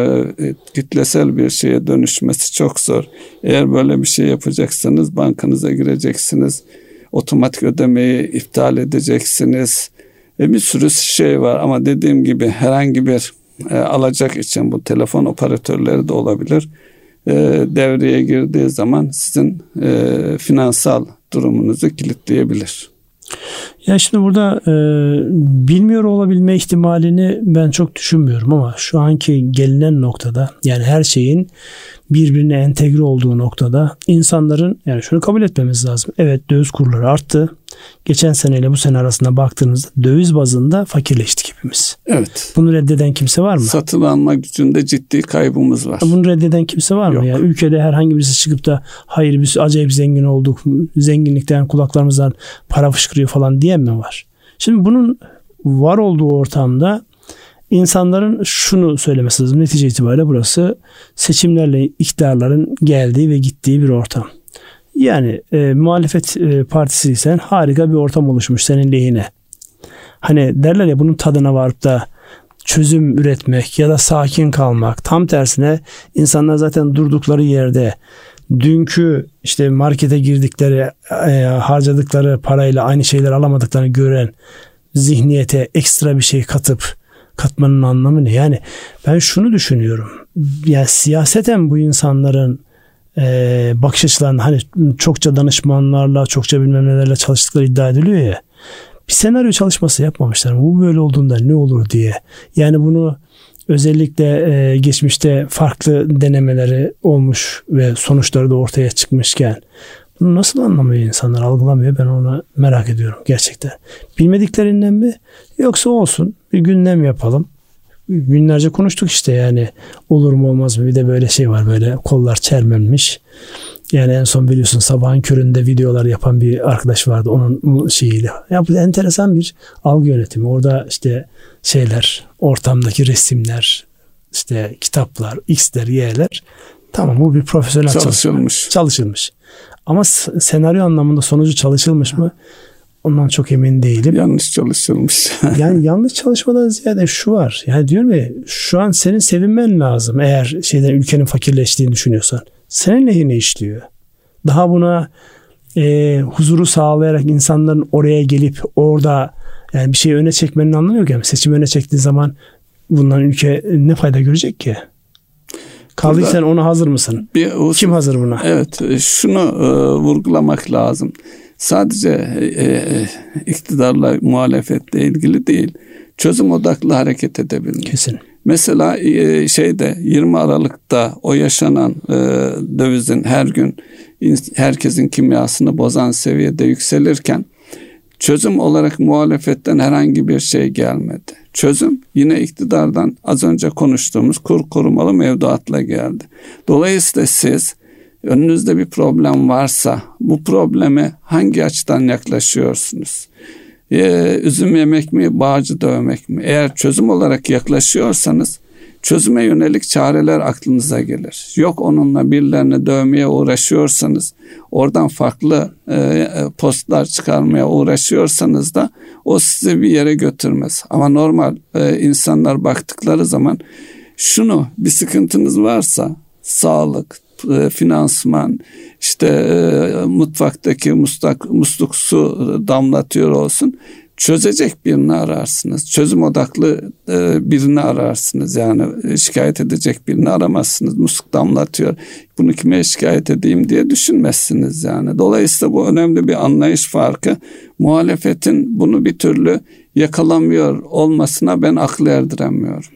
[SPEAKER 2] e, kitlesel bir şeye dönüşmesi çok zor. Eğer böyle bir şey yapacaksanız bankanıza gireceksiniz. Otomatik ödemeyi iptal edeceksiniz. E, bir sürü şey var ama dediğim gibi herhangi bir e, alacak için bu telefon operatörleri de olabilir. e, devreye girdiği zaman sizin e, finansal durumunuzu kilitleyebilir.
[SPEAKER 1] Ya şimdi burada e, bilmiyor olabilme ihtimalini ben çok düşünmüyorum ama şu anki gelinen noktada, yani her şeyin birbirine entegre olduğu noktada insanların, yani şunu kabul etmemiz lazım. Evet, döviz kurları arttı. Geçen seneyle bu sene arasında baktığınızda döviz bazında fakirleştik hepimiz.
[SPEAKER 2] Evet.
[SPEAKER 1] Bunu reddeden kimse var mı?
[SPEAKER 2] Satın alma gücünde ciddi kaybımız var.
[SPEAKER 1] Bunu reddeden kimse var
[SPEAKER 2] Yok.
[SPEAKER 1] mı? Ya ülkede herhangi birisi çıkıp da hayır biz acayip zengin olduk, zenginlikten kulaklarımızdan para fışkırıyor falan diyen mi var? Şimdi bunun var olduğu ortamda insanların şunu söylemesi lazım. Netice itibariyle burası seçimlerle iktidarların geldiği ve gittiği bir ortam. Yani e, muhalefet e, partisiysen harika bir ortam oluşmuş senin lehine. Hani derler ya, bunun tadına varıp da çözüm üretmek ya da sakin kalmak. Tam tersine insanlar zaten durdukları yerde dünkü işte markete girdikleri, e, harcadıkları parayla aynı şeyler alamadıklarını gören zihniyete ekstra bir şey katıp katmanın anlamı ne? Yani ben şunu düşünüyorum. Yani siyaseten bu insanların e, bakış açılarını, hani çokça danışmanlarla, çokça bilmem nelerle çalıştıkları iddia ediliyor ya. Bir senaryo çalışması yapmamışlar. Bu böyle olduğunda ne olur diye. Yani bunu özellikle e, geçmişte farklı denemeleri olmuş ve sonuçları da ortaya çıkmışken bunu nasıl anlamıyor insanlar, algılamıyor? Ben onu merak ediyorum gerçekten. Bilmediklerinden mi? Yoksa olsun bir gündem yapalım. Günlerce konuştuk işte, yani olur mu olmaz mı? Bir de böyle şey var, böyle kollar çermenmiş. Yani en son biliyorsun sabahın köründe videolar yapan bir arkadaş vardı, onun şeyiyle. Ya bu enteresan bir algı yönetimi. Orada işte şeyler, ortamdaki resimler, işte kitaplar, X'ler, Y'ler. Tamam, bu bir profesyonel
[SPEAKER 2] çalışılmış.
[SPEAKER 1] Çalışılmış. Ama senaryo anlamında sonucu çalışılmış mı? Ondan çok emin değilim.
[SPEAKER 2] Yanlış çalışılmış.
[SPEAKER 1] Yani yanlış çalışmadan ziyade şu var. Yani diyorum ya, şu an senin sevinmen lazım eğer şeyden ülkenin fakirleştiğini düşünüyorsan. Senin lehine işliyor. Daha buna e, huzuru sağlayarak insanların oraya gelip orada yani bir şeyi öne çekmenin anlamı yok. Yani seçimi öne çektiğin zaman bundan ülke ne fayda görecek ki? Kaldı ki sen ona hazır mısın? Bir, o, Kim hazır buna?
[SPEAKER 2] Evet, şunu e, vurgulamak lazım. Sadece e, e, iktidarla muhalefetle ilgili değil, çözüm odaklı hareket edebilmek.
[SPEAKER 1] Kesin.
[SPEAKER 2] Mesela e, şeyde yirmi Aralık'ta o yaşanan e, dövizin her gün herkesin kimyasını bozan seviyede yükselirken çözüm olarak muhalefetten herhangi bir şey gelmedi. Çözüm yine iktidardan az önce konuştuğumuz kur korumalı mevduatla geldi. Dolayısıyla siz önünüzde bir problem varsa bu probleme hangi açıdan yaklaşıyorsunuz? Ee, üzüm yemek mi, bağcı dövmek mi? Eğer çözüm olarak yaklaşıyorsanız çözüme yönelik çareler aklınıza gelir. Yok onunla birilerini dövmeye uğraşıyorsanız, oradan farklı e, postlar çıkarmaya uğraşıyorsanız da o sizi bir yere götürmez. Ama normal e, insanlar baktıkları zaman şunu, bir sıkıntınız varsa sağlık, finansman, işte e, mutfaktaki musluk, musluk su damlatıyor olsun, çözecek birini ararsınız. Çözüm odaklı e, birini ararsınız. Yani şikayet edecek birini aramazsınız. Musluk damlatıyor, bunu kime şikayet edeyim diye düşünmezsiniz yani. Dolayısıyla bu önemli bir anlayış farkı. Muhalefetin bunu bir türlü yakalamıyor olmasına ben akıl erdiremiyorum.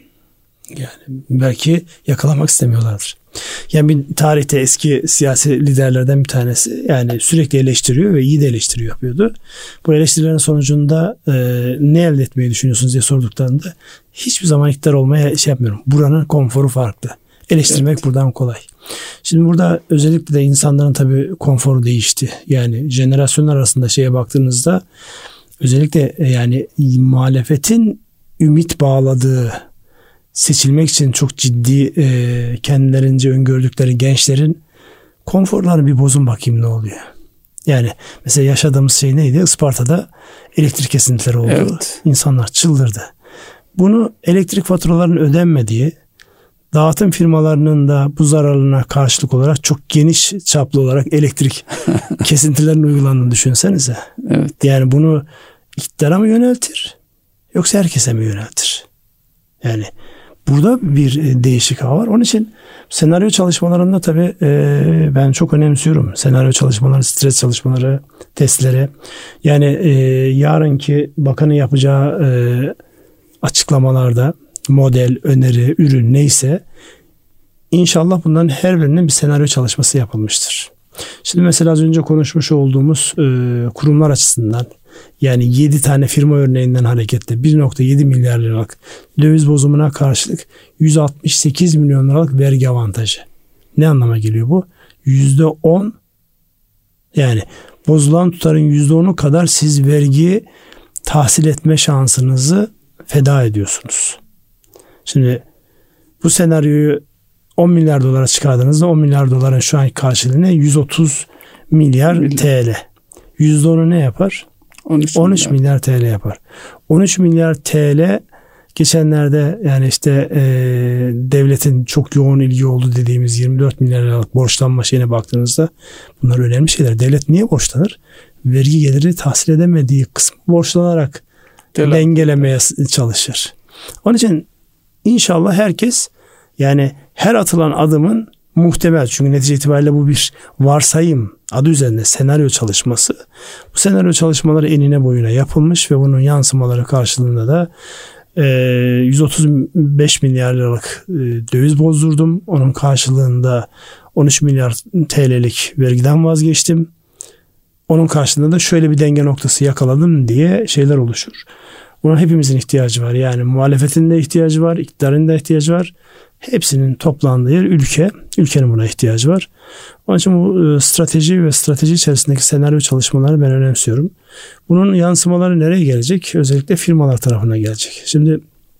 [SPEAKER 1] Yani belki yakalamak istemiyorlardır. Yani bir tarihte eski siyasi liderlerden bir tanesi, yani sürekli eleştiriyor ve iyi de eleştiri yapıyordu. Bu eleştirilerin sonucunda e, ne elde etmeyi düşünüyorsunuz diye sorduklarında hiçbir zaman iktidar olmaya şey yapmıyorum. Buranın konforu farklı. Eleştirmek evet. Buradan kolay. Şimdi burada özellikle de insanların tabii konforu değişti. Yani jenerasyonlar arasında şeye baktığınızda özellikle yani muhalefetin ümit bağladığı, seçilmek için çok ciddi e, kendilerince öngördükleri gençlerin konforlarını bir bozun bakayım ne oluyor. Yani mesela yaşadığımız şey neydi? Isparta'da elektrik kesintileri oldu. Evet. İnsanlar çıldırdı. Bunu elektrik faturalarının ödenmediği, dağıtım firmalarının da bu zararına karşılık olarak çok geniş çaplı olarak elektrik kesintilerinin uygulandığını düşünsenize.
[SPEAKER 2] Evet.
[SPEAKER 1] Yani bunu iktidara mı yöneltir yoksa herkese mi yöneltir? Yani Burada bir değişik hava var. Onun için senaryo çalışmalarında tabii e, ben çok önemsiyorum. Senaryo çalışmaları, stres çalışmaları, testleri. Yani e, yarınki bakanın yapacağı e, açıklamalarda model, öneri, ürün neyse inşallah bunların her birinin bir senaryo çalışması yapılmıştır. Şimdi mesela az önce konuşmuş olduğumuz e, kurumlar açısından yani yedi tane firma örneğinden hareketle bir virgül yedi milyar liralık döviz bozumuna karşılık yüz altmış sekiz milyon liralık vergi avantajı. Ne anlama geliyor bu? yüzde on yani bozulan tutarın yüzde onu kadar siz vergi tahsil etme şansınızı feda ediyorsunuz. Şimdi bu senaryoyu on milyar dolara çıkardığınızda on milyar doların şu anki karşılığı ne? yüz otuz milyar T L. yüzde onu ne yapar? on üç, on üç milyar. milyar T L yapar. on üç milyar T L geçenlerde yani işte e, devletin çok yoğun ilgi olduğu dediğimiz yirmi dört milyar liralık borçlanma şeyine baktığınızda bunlar önemli şeyler. Devlet niye borçlanır? Vergi geliri tahsil edemediği kısmı borçlanarak Tele. dengelemeye çalışır. Onun için inşallah herkes yani her atılan adımın muhtemel, çünkü netice itibariyle bu bir varsayım adı üzerinde senaryo çalışması. Bu senaryo çalışmaları enine boyuna yapılmış ve bunun yansımaları karşılığında da e, yüz otuz beş milyar liralık e, döviz bozdurdum. Onun karşılığında on üç milyar T L'lik vergiden vazgeçtim. Onun karşılığında da şöyle bir denge noktası yakaladım diye şeyler oluşur. Buna hepimizin ihtiyacı var. Yani muhalefetin de ihtiyacı var, iktidarın da ihtiyacı var. Hepsinin toplandığı yer ülke. Ülkenin buna ihtiyacı var. Onun için bu strateji ve strateji içerisindeki senaryo çalışmalarını ben önemsiyorum. Bunun yansımaları nereye gelecek? Özellikle firmalar tarafına gelecek. Şimdi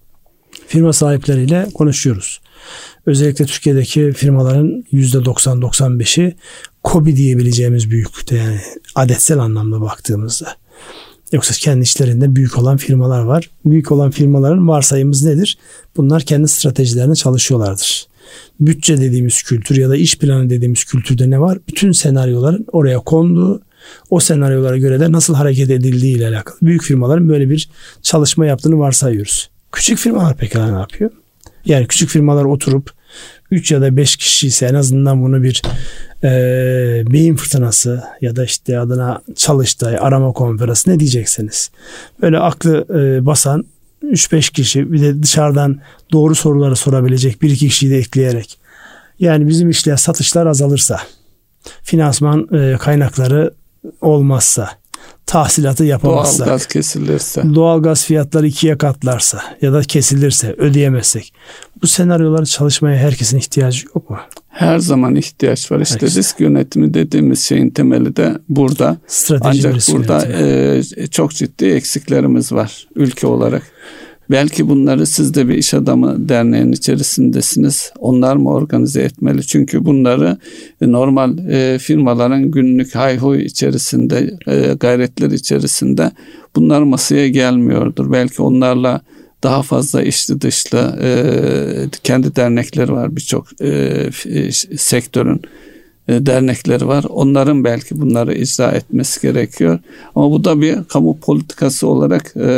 [SPEAKER 1] firma sahipleriyle konuşuyoruz. Özellikle Türkiye'deki firmaların yüzde doksan doksan beşi KOBİ diyebileceğimiz büyüklükte, yani adetsel anlamda baktığımızda. Yoksa kendi işlerinde büyük olan firmalar var. Büyük olan firmaların varsayımız nedir? Bunlar kendi stratejilerine çalışıyorlardır. Bütçe dediğimiz kültür ya da iş planı dediğimiz kültürde ne var? Bütün senaryoların oraya konduğu, o senaryolara göre de nasıl hareket edildiği ile alakalı büyük firmaların böyle bir çalışma yaptığını varsayıyoruz. Küçük firmalar pekala ne yapıyor? Yani küçük firmalar oturup üç ya da beş kişi ise en azından bunu bir e, beyin fırtınası ya da işte adına çalıştay, arama konferansı ne diyeceksiniz? Böyle aklı e, basan üç beş kişi, bir de dışarıdan doğru soruları sorabilecek bir iki kişiyi de ekleyerek, yani bizim işler, satışlar azalırsa, finansman e, kaynakları olmazsa, tahsilatı yapamazsak,
[SPEAKER 2] doğalgaz kesilirse,
[SPEAKER 1] doğalgaz fiyatları ikiye katlarsa ya da kesilirse, ödeyemezsek, bu senaryoları çalışmaya herkesin ihtiyacı yok mu?
[SPEAKER 2] Her zaman ihtiyaç var. İşte
[SPEAKER 1] Herkes.
[SPEAKER 2] Risk yönetimi dediğimiz şeyin temeli de burada.
[SPEAKER 1] Strateji.
[SPEAKER 2] Ancak burada e, çok ciddi eksiklerimiz var ülke olarak. Belki bunları siz de bir iş adamı derneğinin içerisindesiniz. Onlar mı organize etmeli? Çünkü bunları normal e, firmaların günlük hayhuy içerisinde, e, gayretler içerisinde bunlar masaya gelmiyordur. Belki onlarla daha fazla içli dışlı e, kendi dernekleri var, birçok e, sektörün e, dernekleri var. Onların belki bunları icra etmesi gerekiyor. Ama bu da bir kamu politikası olarak e,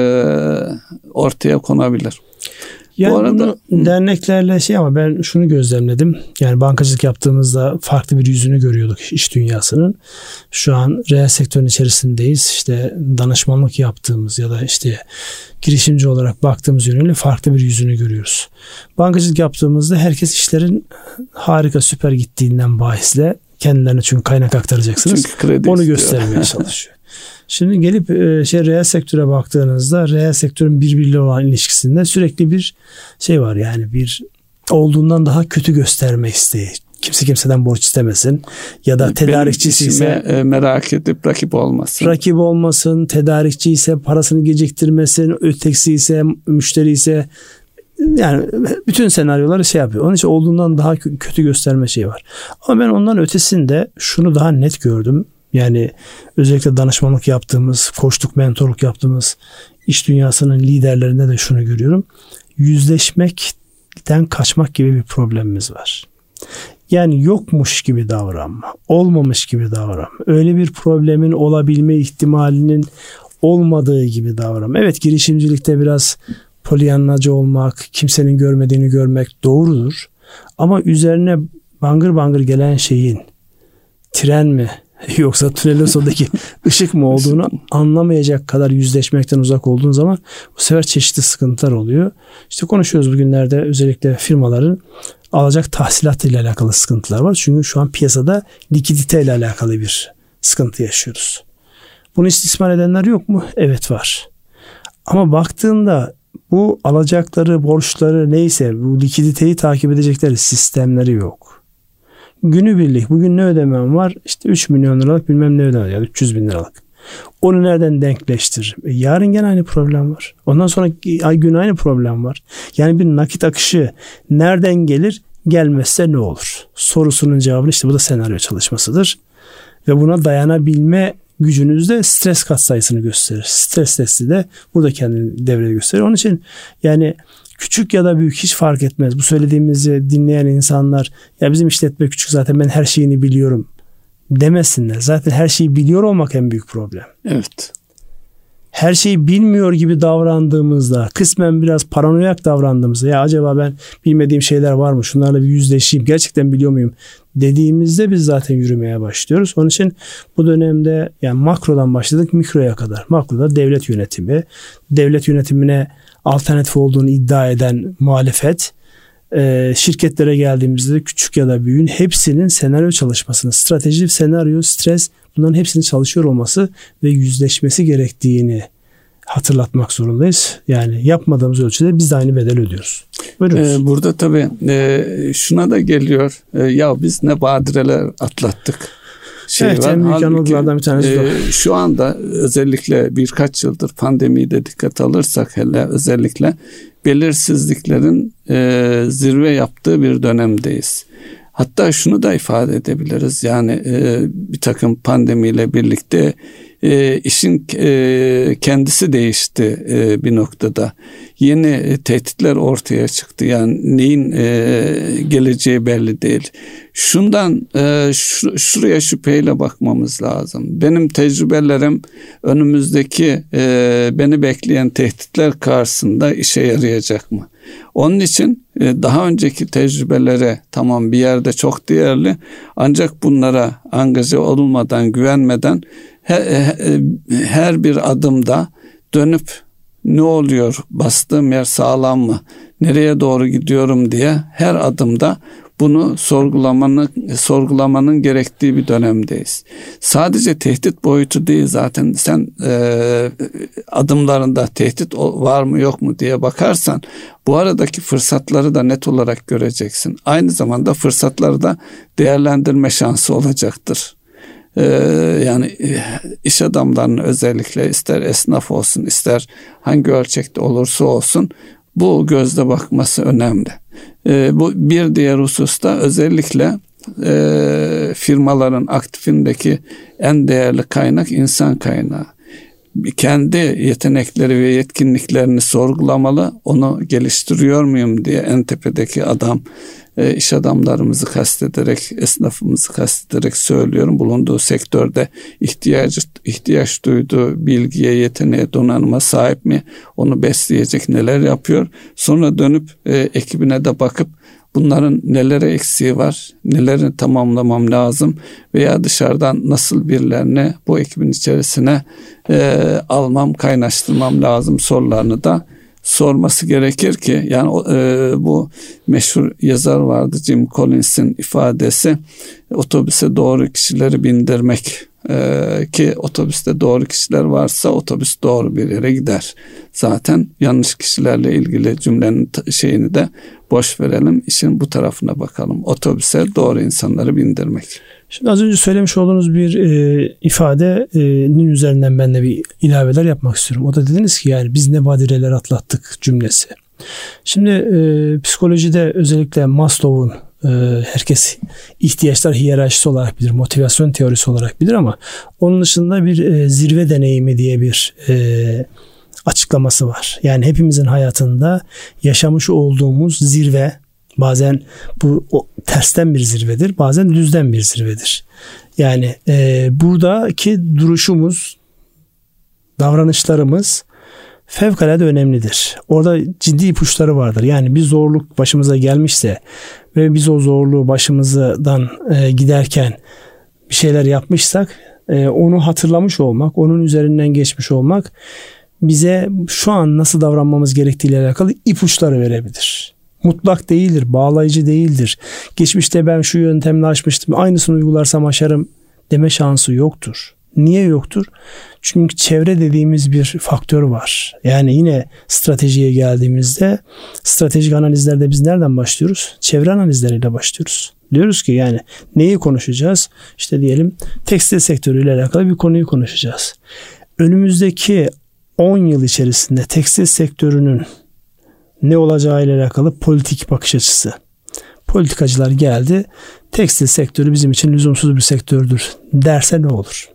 [SPEAKER 2] ortaya konabilir.
[SPEAKER 1] Yani
[SPEAKER 2] bu arada
[SPEAKER 1] bunu derneklerle şey, ama ben şunu gözlemledim. Yani bankacılık yaptığımızda farklı bir yüzünü görüyorduk iş dünyasının. Şu an reel sektörün içerisindeyiz. İşte danışmanlık yaptığımız ya da işte girişimci olarak baktığımız yönüyle farklı bir yüzünü görüyoruz. Bankacılık yaptığımızda herkes işlerin harika, süper gittiğinden bahisle kendilerine, çünkü kaynak aktaracaksınız, onu göstermeye çalışıyor. Şimdi gelip şey reel sektöre baktığınızda reel sektörün birbiriyle olan ilişkisinde sürekli bir şey var. Yani bir olduğundan daha kötü gösterme isteği. Kimse kimseden borç istemesin ya da tedarikçisi ise
[SPEAKER 2] merak edip rakip olmasın.
[SPEAKER 1] Rakip olmasın, tedarikçi ise parasını geciktirmesin, ötekisi ise, müşteri ise, yani bütün senaryoları şey yapıyor. Onun için olduğundan daha kötü gösterme şeyi var. Ama ben ondan ötesinde şunu daha net gördüm. Yani özellikle danışmanlık yaptığımız, koçluk, mentorluk yaptığımız iş dünyasının liderlerinde de şunu görüyorum. Yüzleşmekten kaçmak gibi bir problemimiz var. Yani yokmuş gibi davranma, olmamış gibi davranma, öyle bir problemin olabilme ihtimalinin olmadığı gibi davranma. Evet, girişimcilikte biraz polyanlacı olmak, kimsenin görmediğini görmek doğrudur. Ama üzerine bangır bangır gelen şeyin tren mi yoksa tünelin sonundaki ışık mı olduğunu anlamayacak kadar yüzleşmekten uzak olduğun zaman bu sefer çeşitli sıkıntılar oluyor. İşte konuşuyoruz bugünlerde özellikle firmaların alacak tahsilat ile alakalı sıkıntılar var. Çünkü şu an piyasada likidite ile alakalı bir sıkıntı yaşıyoruz. Bunu istismar edenler yok mu? Evet var. Ama baktığında bu alacakları, borçları neyse bu likiditeyi takip edecekleri sistemleri yok. Günübirlik bugün ne ödemem var? İşte üç milyon liralık bilmem ne ödemem ya üç yüz bin liralık. Onu nereden denkleştir? E yarın gene aynı problem var. Ondan sonra ay gün aynı problem var. Yani bir nakit akışı nereden gelir? Gelmezse ne olur? Sorusunun cevabı işte bu da senaryo çalışmasıdır. Ve buna dayanabilme gücünüzde stres katsayısını gösterir. Stres testi de burada kendini devreye gösterir. Onun için yani küçük ya da büyük hiç fark etmez. Bu söylediğimizi dinleyen insanlar ya bizim işletme küçük zaten ben her şeyini biliyorum demesinler. Zaten her şeyi biliyor olmak en büyük problem.
[SPEAKER 2] Evet.
[SPEAKER 1] Her şeyi bilmiyor gibi davrandığımızda, kısmen biraz paranoyak davrandığımızda ya acaba ben bilmediğim şeyler var mı? Şunlarla bir yüzleşeyim. Gerçekten biliyor muyum? Dediğimizde biz zaten yürümeye başlıyoruz. Onun için bu dönemde yani makrodan başladık mikroya kadar. Makroda devlet yönetimi, devlet yönetimine alternatif olduğunu iddia eden muhalefet, şirketlere geldiğimizde de küçük ya da büyüğün hepsinin senaryo çalışmasını, strateji, senaryo, stres bunların hepsinin çalışıyor olması ve yüzleşmesi gerektiğini hatırlatmak zorundayız. Yani yapmadığımız ölçüde biz de aynı bedel ödüyoruz.
[SPEAKER 2] Ee, burada tabii e, şuna da geliyor. E, ya biz ne badireler atlattık. Şey
[SPEAKER 1] evet,
[SPEAKER 2] var.
[SPEAKER 1] en büyük yanılgılardan bir tanesi
[SPEAKER 2] e, şu anda özellikle birkaç yıldır pandemiyi de dikkat alırsak hele özellikle belirsizliklerin e, zirve yaptığı bir dönemdeyiz. Hatta şunu da ifade edebiliriz. Yani e, bir takım pandemiyle birlikte e, işin e, kendisi değişti e, bir noktada. Yeni e, tehditler ortaya çıktı. Yani neyin e, geleceği belli değil. Şundan e, şu, şuraya şüpheyle bakmamız lazım. Benim tecrübelerim önümüzdeki e, beni bekleyen tehditler karşısında işe yarayacak mı? Onun için daha önceki tecrübelere tamam bir yerde çok değerli ancak bunlara angaje olmadan, güvenmeden her, her bir adımda dönüp ne oluyor, bastığım yer sağlam mı, nereye doğru gidiyorum diye her adımda bunu sorgulamanın, sorgulamanın gerektiği bir dönemdeyiz. Sadece tehdit boyutu değil zaten sen e, adımlarında tehdit var mı yok mu diye bakarsan bu aradaki fırsatları da net olarak göreceksin. Aynı zamanda fırsatları da değerlendirme şansı olacaktır. Ee, yani iş adamlarının özellikle ister esnaf olsun ister hangi ölçekte olursa olsun bu gözle bakması önemli. Ee, bu bir diğer hususta özellikle e, firmaların aktifindeki en değerli kaynak insan kaynağı. Kendi yetenekleri ve yetkinliklerini sorgulamalı, onu geliştiriyor muyum diye en tepedeki adam, e, iş adamlarımızı kastederek, esnafımızı kastederek söylüyorum. Bulunduğu sektörde ihtiyaç, ihtiyaç duyduğu bilgiye, yeteneğe, donanıma sahip mi? Onu besleyecek neler yapıyor? Sonra dönüp e, ekibine de bakıp bunların nelere eksiği var, nelerini tamamlamam lazım veya dışarıdan nasıl birilerini bu ekibin içerisine e, almam, kaynaştırmam lazım sorularını da sorması gerekir ki yani e, bu meşhur yazar vardı Jim Collins'in ifadesi otobüse doğru kişileri bindirmek e, ki otobüste doğru kişiler varsa otobüs doğru bir yere gider. Zaten yanlış kişilerle ilgili cümlenin şeyini de boş verelim, işin bu tarafına bakalım. Otobüse doğru insanları bindirmek.
[SPEAKER 1] Şimdi az önce söylemiş olduğunuz bir e, ifadenin üzerinden ben de bir ilaveler yapmak istiyorum. O da dediniz ki yani biz ne badireler atlattık cümlesi. Şimdi e, psikolojide özellikle Maslow'un e, herkes ihtiyaçlar hiyerarşisi olarak bilir, motivasyon teorisi olarak bilir ama onun dışında bir e, zirve deneyimi diye bir e, açıklaması var. Yani hepimizin hayatında yaşamış olduğumuz zirve bazen bu o, tersten bir zirvedir, bazen düzden bir zirvedir. Yani e, buradaki duruşumuz, davranışlarımız fevkalade önemlidir. Orada ciddi ipuçları vardır. Yani bir zorluk başımıza gelmişse ve biz o zorluğu başımızdan e, giderken bir şeyler yapmışsak e, onu hatırlamış olmak, onun üzerinden geçmiş olmak bize şu an nasıl davranmamız gerektiğiyle alakalı ipuçları verebilir. Mutlak değildir, bağlayıcı değildir. Geçmişte ben şu yöntemle aşmıştım, aynısını uygularsam aşarım deme şansı yoktur. Niye yoktur? Çünkü çevre dediğimiz bir faktör var. Yani yine stratejiye geldiğimizde stratejik analizlerde biz nereden başlıyoruz? Çevre analizleriyle başlıyoruz. Diyoruz ki yani neyi konuşacağız? İşte diyelim tekstil sektörüyle alakalı bir konuyu konuşacağız. Önümüzdeki on yıl içerisinde tekstil sektörünün ne olacağıyla alakalı politik bakış açısı. Politikacılar geldi. Tekstil sektörü bizim için lüzumsuz bir sektördür derse ne olur?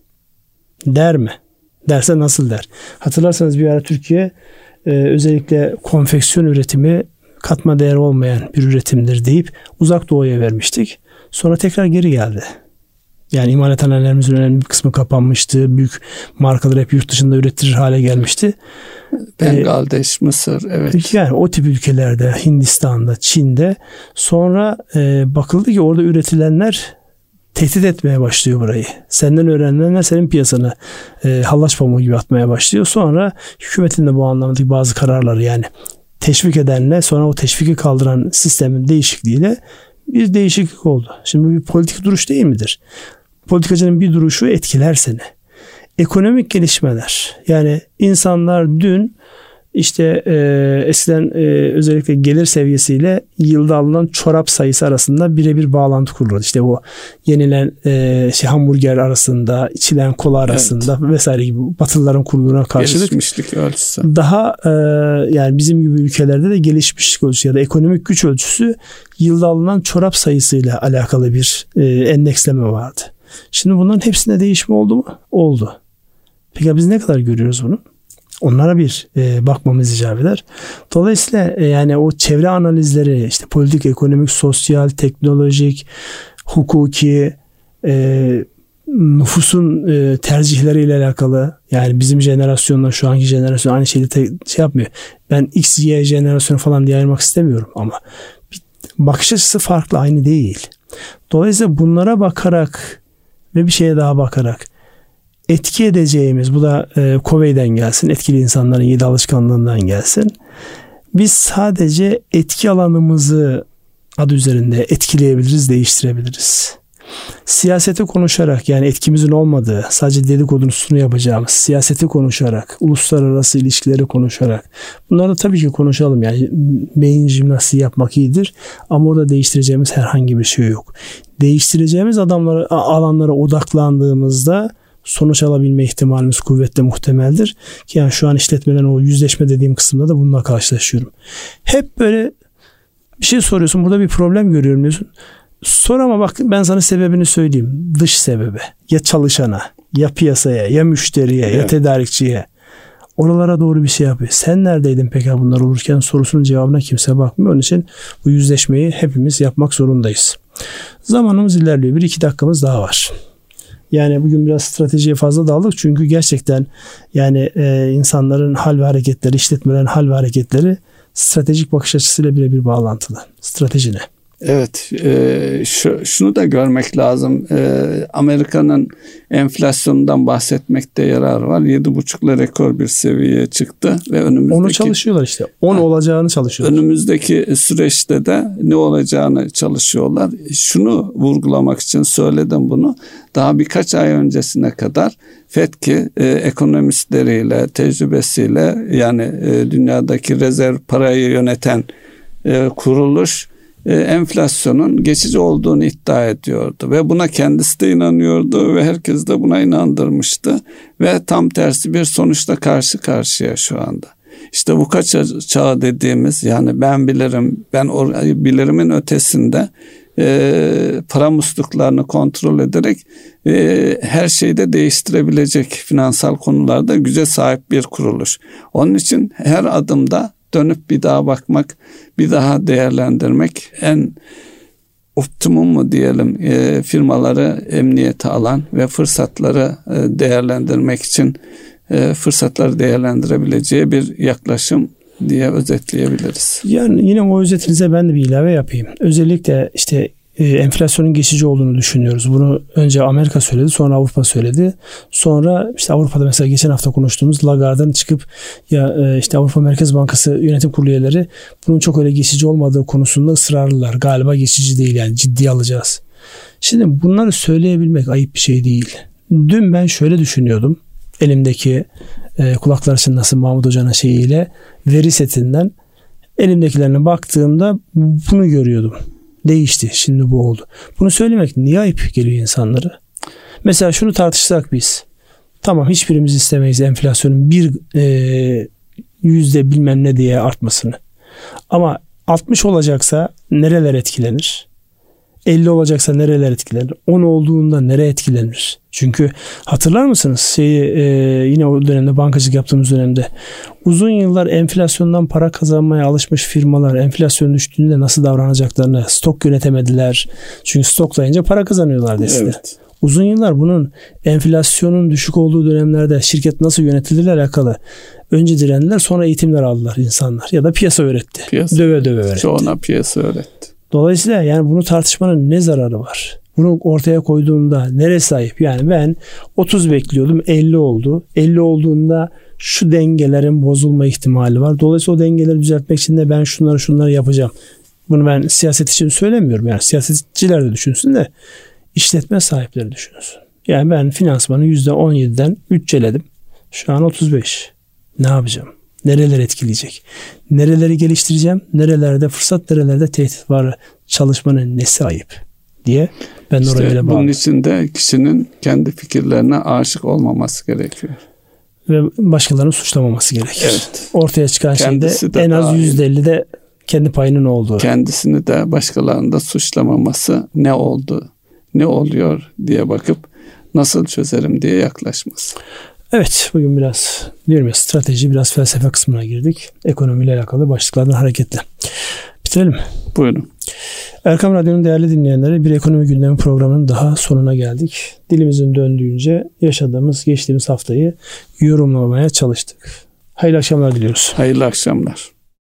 [SPEAKER 1] Der mi? Derse nasıl der? Hatırlarsanız bir ara Türkiye e, özellikle konfeksiyon üretimi katma değeri olmayan bir üretimdir deyip Uzak Doğu'ya vermiştik. Sonra tekrar geri geldi. Yani imalathanelerimizin önemli bir kısmı kapanmıştı. Büyük markalar hep yurt dışında üretilir hale gelmişti.
[SPEAKER 2] Bangladeş, ee, Mısır, evet.
[SPEAKER 1] Yani o tip ülkelerde, Hindistan'da, Çin'de sonra e, bakıldı ki orada üretilenler tehdit etmeye başlıyor burayı. Senden öğrenilenler senin piyasana e, hallaç pamuğu gibi atmaya başlıyor. Sonra hükümetin de bu anlamdaki bazı kararları yani teşvik edenle sonra o teşviki kaldıran sistemin değişikliğiyle bir değişiklik oldu. Şimdi bu bir politik duruş değil midir? Politikacının bir duruşu etkiler seni. Ekonomik gelişmeler. Yani insanlar dün işte e, eskiden e, özellikle gelir seviyesiyle yılda alınan çorap sayısı arasında birebir bağlantı kurulur. İşte o yenilen e, şey hamburger arasında, içilen kola arasında evet. vesaire gibi Batılıların kurduğuna karşılık
[SPEAKER 2] gelişmişlik ölçüsü.
[SPEAKER 1] Daha e, yani bizim gibi ülkelerde de gelişmişlik ölçüsü ya da ekonomik güç ölçüsü yılda alınan çorap sayısıyla alakalı bir e, endeksleme vardı. Şimdi bunların hepsinde değişme oldu mu? Oldu. Peki biz ne kadar görüyoruz bunu? Onlara bir e, bakmamız icap eder. Dolayısıyla e, yani o çevre analizleri işte politik, ekonomik, sosyal, teknolojik, hukuki, e, nüfusun e, tercihleriyle alakalı yani bizim jenerasyonla şu anki jenerasyon aynı şeyi te, şey yapmıyor. Ben X, Y jenerasyonu falan diye ayırmak istemiyorum ama bir bakış açısı farklı, aynı değil. Dolayısıyla bunlara bakarak ve bir şeye daha bakarak etki edeceğimiz, bu da e, Covey'den gelsin, etkili insanların yedi alışkanlığından gelsin. Biz sadece etki alanımızı adı üzerinde etkileyebiliriz, değiştirebiliriz. Siyaseti konuşarak yani etkimizin olmadığı, sadece dedikodusunu yapacağımız siyaseti konuşarak, uluslararası ilişkileri konuşarak bunları da tabii ki konuşalım. Yani beyin jimnastiği yapmak iyidir ama orada değiştireceğimiz herhangi bir şey yok. Değiştireceğimiz adamlara, alanlara odaklandığımızda sonuç alabilme ihtimalimiz kuvvetle muhtemeldir. Ki yani şu an işletmeden o yüzleşme dediğim kısımda da bununla karşılaşıyorum. Hep böyle bir şey soruyorsun, burada bir problem görüyorum diyorsun. Sor ama bak ben sana sebebini söyleyeyim. Dış sebebe. Ya çalışana, ya piyasaya, ya müşteriye, evet. ya tedarikçiye. Oralara doğru bir şey yapıyor. Sen neredeydin peki bunlar olurken sorusunun cevabına kimse bakmıyor. Onun için bu yüzleşmeyi hepimiz yapmak zorundayız. Zamanımız ilerliyor. Bir iki dakikamız daha var. Yani bugün biraz stratejiye fazla daldık çünkü gerçekten yani e, insanların hal ve hareketleri, işletmelerin hal ve hareketleri stratejik bakış açısıyla birebir bağlantılı. Strateji ne?
[SPEAKER 2] Evet, e, şu, şunu da görmek lazım. E, Amerika'nın enflasyonundan bahsetmekte yarar var. yedi buçukla rekor bir seviyeye çıktı ve önümüzdeki
[SPEAKER 1] onu çalışıyorlar işte. on ha, olacağını çalışıyorlar.
[SPEAKER 2] Önümüzdeki süreçte de ne olacağını çalışıyorlar. Şunu vurgulamak için söyledim bunu. Daha birkaç ay öncesine kadar F E D ki e, ekonomistleriyle, tecrübesiyle yani e, dünyadaki rezerv parayı yöneten e, kuruluş enflasyonun geçici olduğunu iddia ediyordu ve buna kendisi de inanıyordu ve herkes de buna inandırmıştı ve tam tersi bir sonuçla karşı karşıya şu anda. İşte bu kaç çağı dediğimiz yani ben bilirim, ben or- bilirimin ötesinde e, para musluklarını kontrol ederek e, her şeyi de değiştirebilecek finansal konularda güce sahip bir kuruluş. Onun için her adımda dönüp bir daha bakmak, bir daha değerlendirmek en optimum mu diyelim e, firmaları emniyete alan ve fırsatları e, değerlendirmek için e, fırsatları değerlendirebileceği bir yaklaşım diye özetleyebiliriz.
[SPEAKER 1] Yani yine o özetinize ben de bir ilave yapayım. Özellikle işte e, enflasyonun geçici olduğunu düşünüyoruz. Bunu önce Amerika söyledi, sonra Avrupa söyledi. Sonra işte Avrupa'da mesela geçen hafta konuştuğumuz Lagarde'ın çıkıp ya e, işte Avrupa Merkez Bankası yönetim kurulu üyeleri bunun çok öyle geçici olmadığı konusunda ısrarlılar. Galiba geçici değil, yani ciddiye alacağız. Şimdi bunları söyleyebilmek ayıp bir şey değil. Dün ben şöyle düşünüyordum. Elimdeki e, kulaklar çınlasın Mahmut Hoca'nın şeyiyle veri setinden elimdekilerine baktığımda bunu görüyordum. Değişti. Şimdi bu oldu. Bunu söylemek niye ayıp geliyor insanlara? Mesela şunu tartışsak biz. Tamam, hiçbirimiz istemeyiz enflasyonun bir e, yüzde bilmem ne diye artmasını. Ama altmış olacaksa nereler etkilenir? elli olacaksa nereler etkilenir? on olduğunda nereye etkilenir? Çünkü hatırlar mısınız? Şeyi, e, yine o dönemde bankacılık yaptığımız dönemde uzun yıllar enflasyondan para kazanmaya alışmış firmalar enflasyon düştüğünde nasıl davranacaklarını stok yönetemediler. Çünkü stoklayınca para kazanıyorlar dese. Evet. Uzun yıllar bunun enflasyonun düşük olduğu dönemlerde şirket nasıl yönetildiğiyle alakalı önce direndiler, sonra eğitimler aldılar insanlar ya da piyasa öğretti. Piyasa. Döve döve öğretti.
[SPEAKER 2] Çoğuna piyasa öğretti.
[SPEAKER 1] Dolayısıyla yani bunu tartışmanın ne zararı var? Bunu ortaya koyduğumda neresi ayıp? Yani ben otuz bekliyordum, elli oldu. elli olduğunda şu dengelerin bozulma ihtimali var. Dolayısıyla o dengeleri düzeltmek için de ben şunları şunları yapacağım. Bunu ben siyaset için söylemiyorum. Yani siyasetçiler de düşünsün de işletme sahipleri düşünsün. Yani ben finansmanı yüzde on yediden üççeledim. Şu an otuz beş. Ne yapacağım? Nereler etkileyecek? Nereleri geliştireceğim? Nerelerde fırsat, nerelerde tehdit var? Çalışmanın nesi ayıp diye ben
[SPEAKER 2] işte
[SPEAKER 1] oraya öyle bağlıyorum.
[SPEAKER 2] Bunun için de kişinin kendi fikirlerine aşık olmaması gerekiyor.
[SPEAKER 1] Ve başkalarını suçlamaması gerekir. Evet. Ortaya çıkan
[SPEAKER 2] Kendisi
[SPEAKER 1] şeyde en az yüzde elli de kendi payının olduğu.
[SPEAKER 2] Kendisini de başkalarını da suçlamaması, ne oldu, ne oluyor diye bakıp nasıl çözerim diye yaklaşması.
[SPEAKER 1] Evet, bugün biraz diyorum ya strateji, biraz felsefe kısmına girdik. Ekonomiyle alakalı başlıklardan hareketle. Bitirelim mi?
[SPEAKER 2] Buyurun.
[SPEAKER 1] Erkam Radyo'nun değerli dinleyenleri, bir ekonomi gündemi programının daha sonuna geldik. Dilimizin döndüğünce yaşadığımız, geçtiğimiz haftayı yorumlamaya çalıştık. Hayırlı akşamlar diliyoruz.
[SPEAKER 2] Hayırlı akşamlar.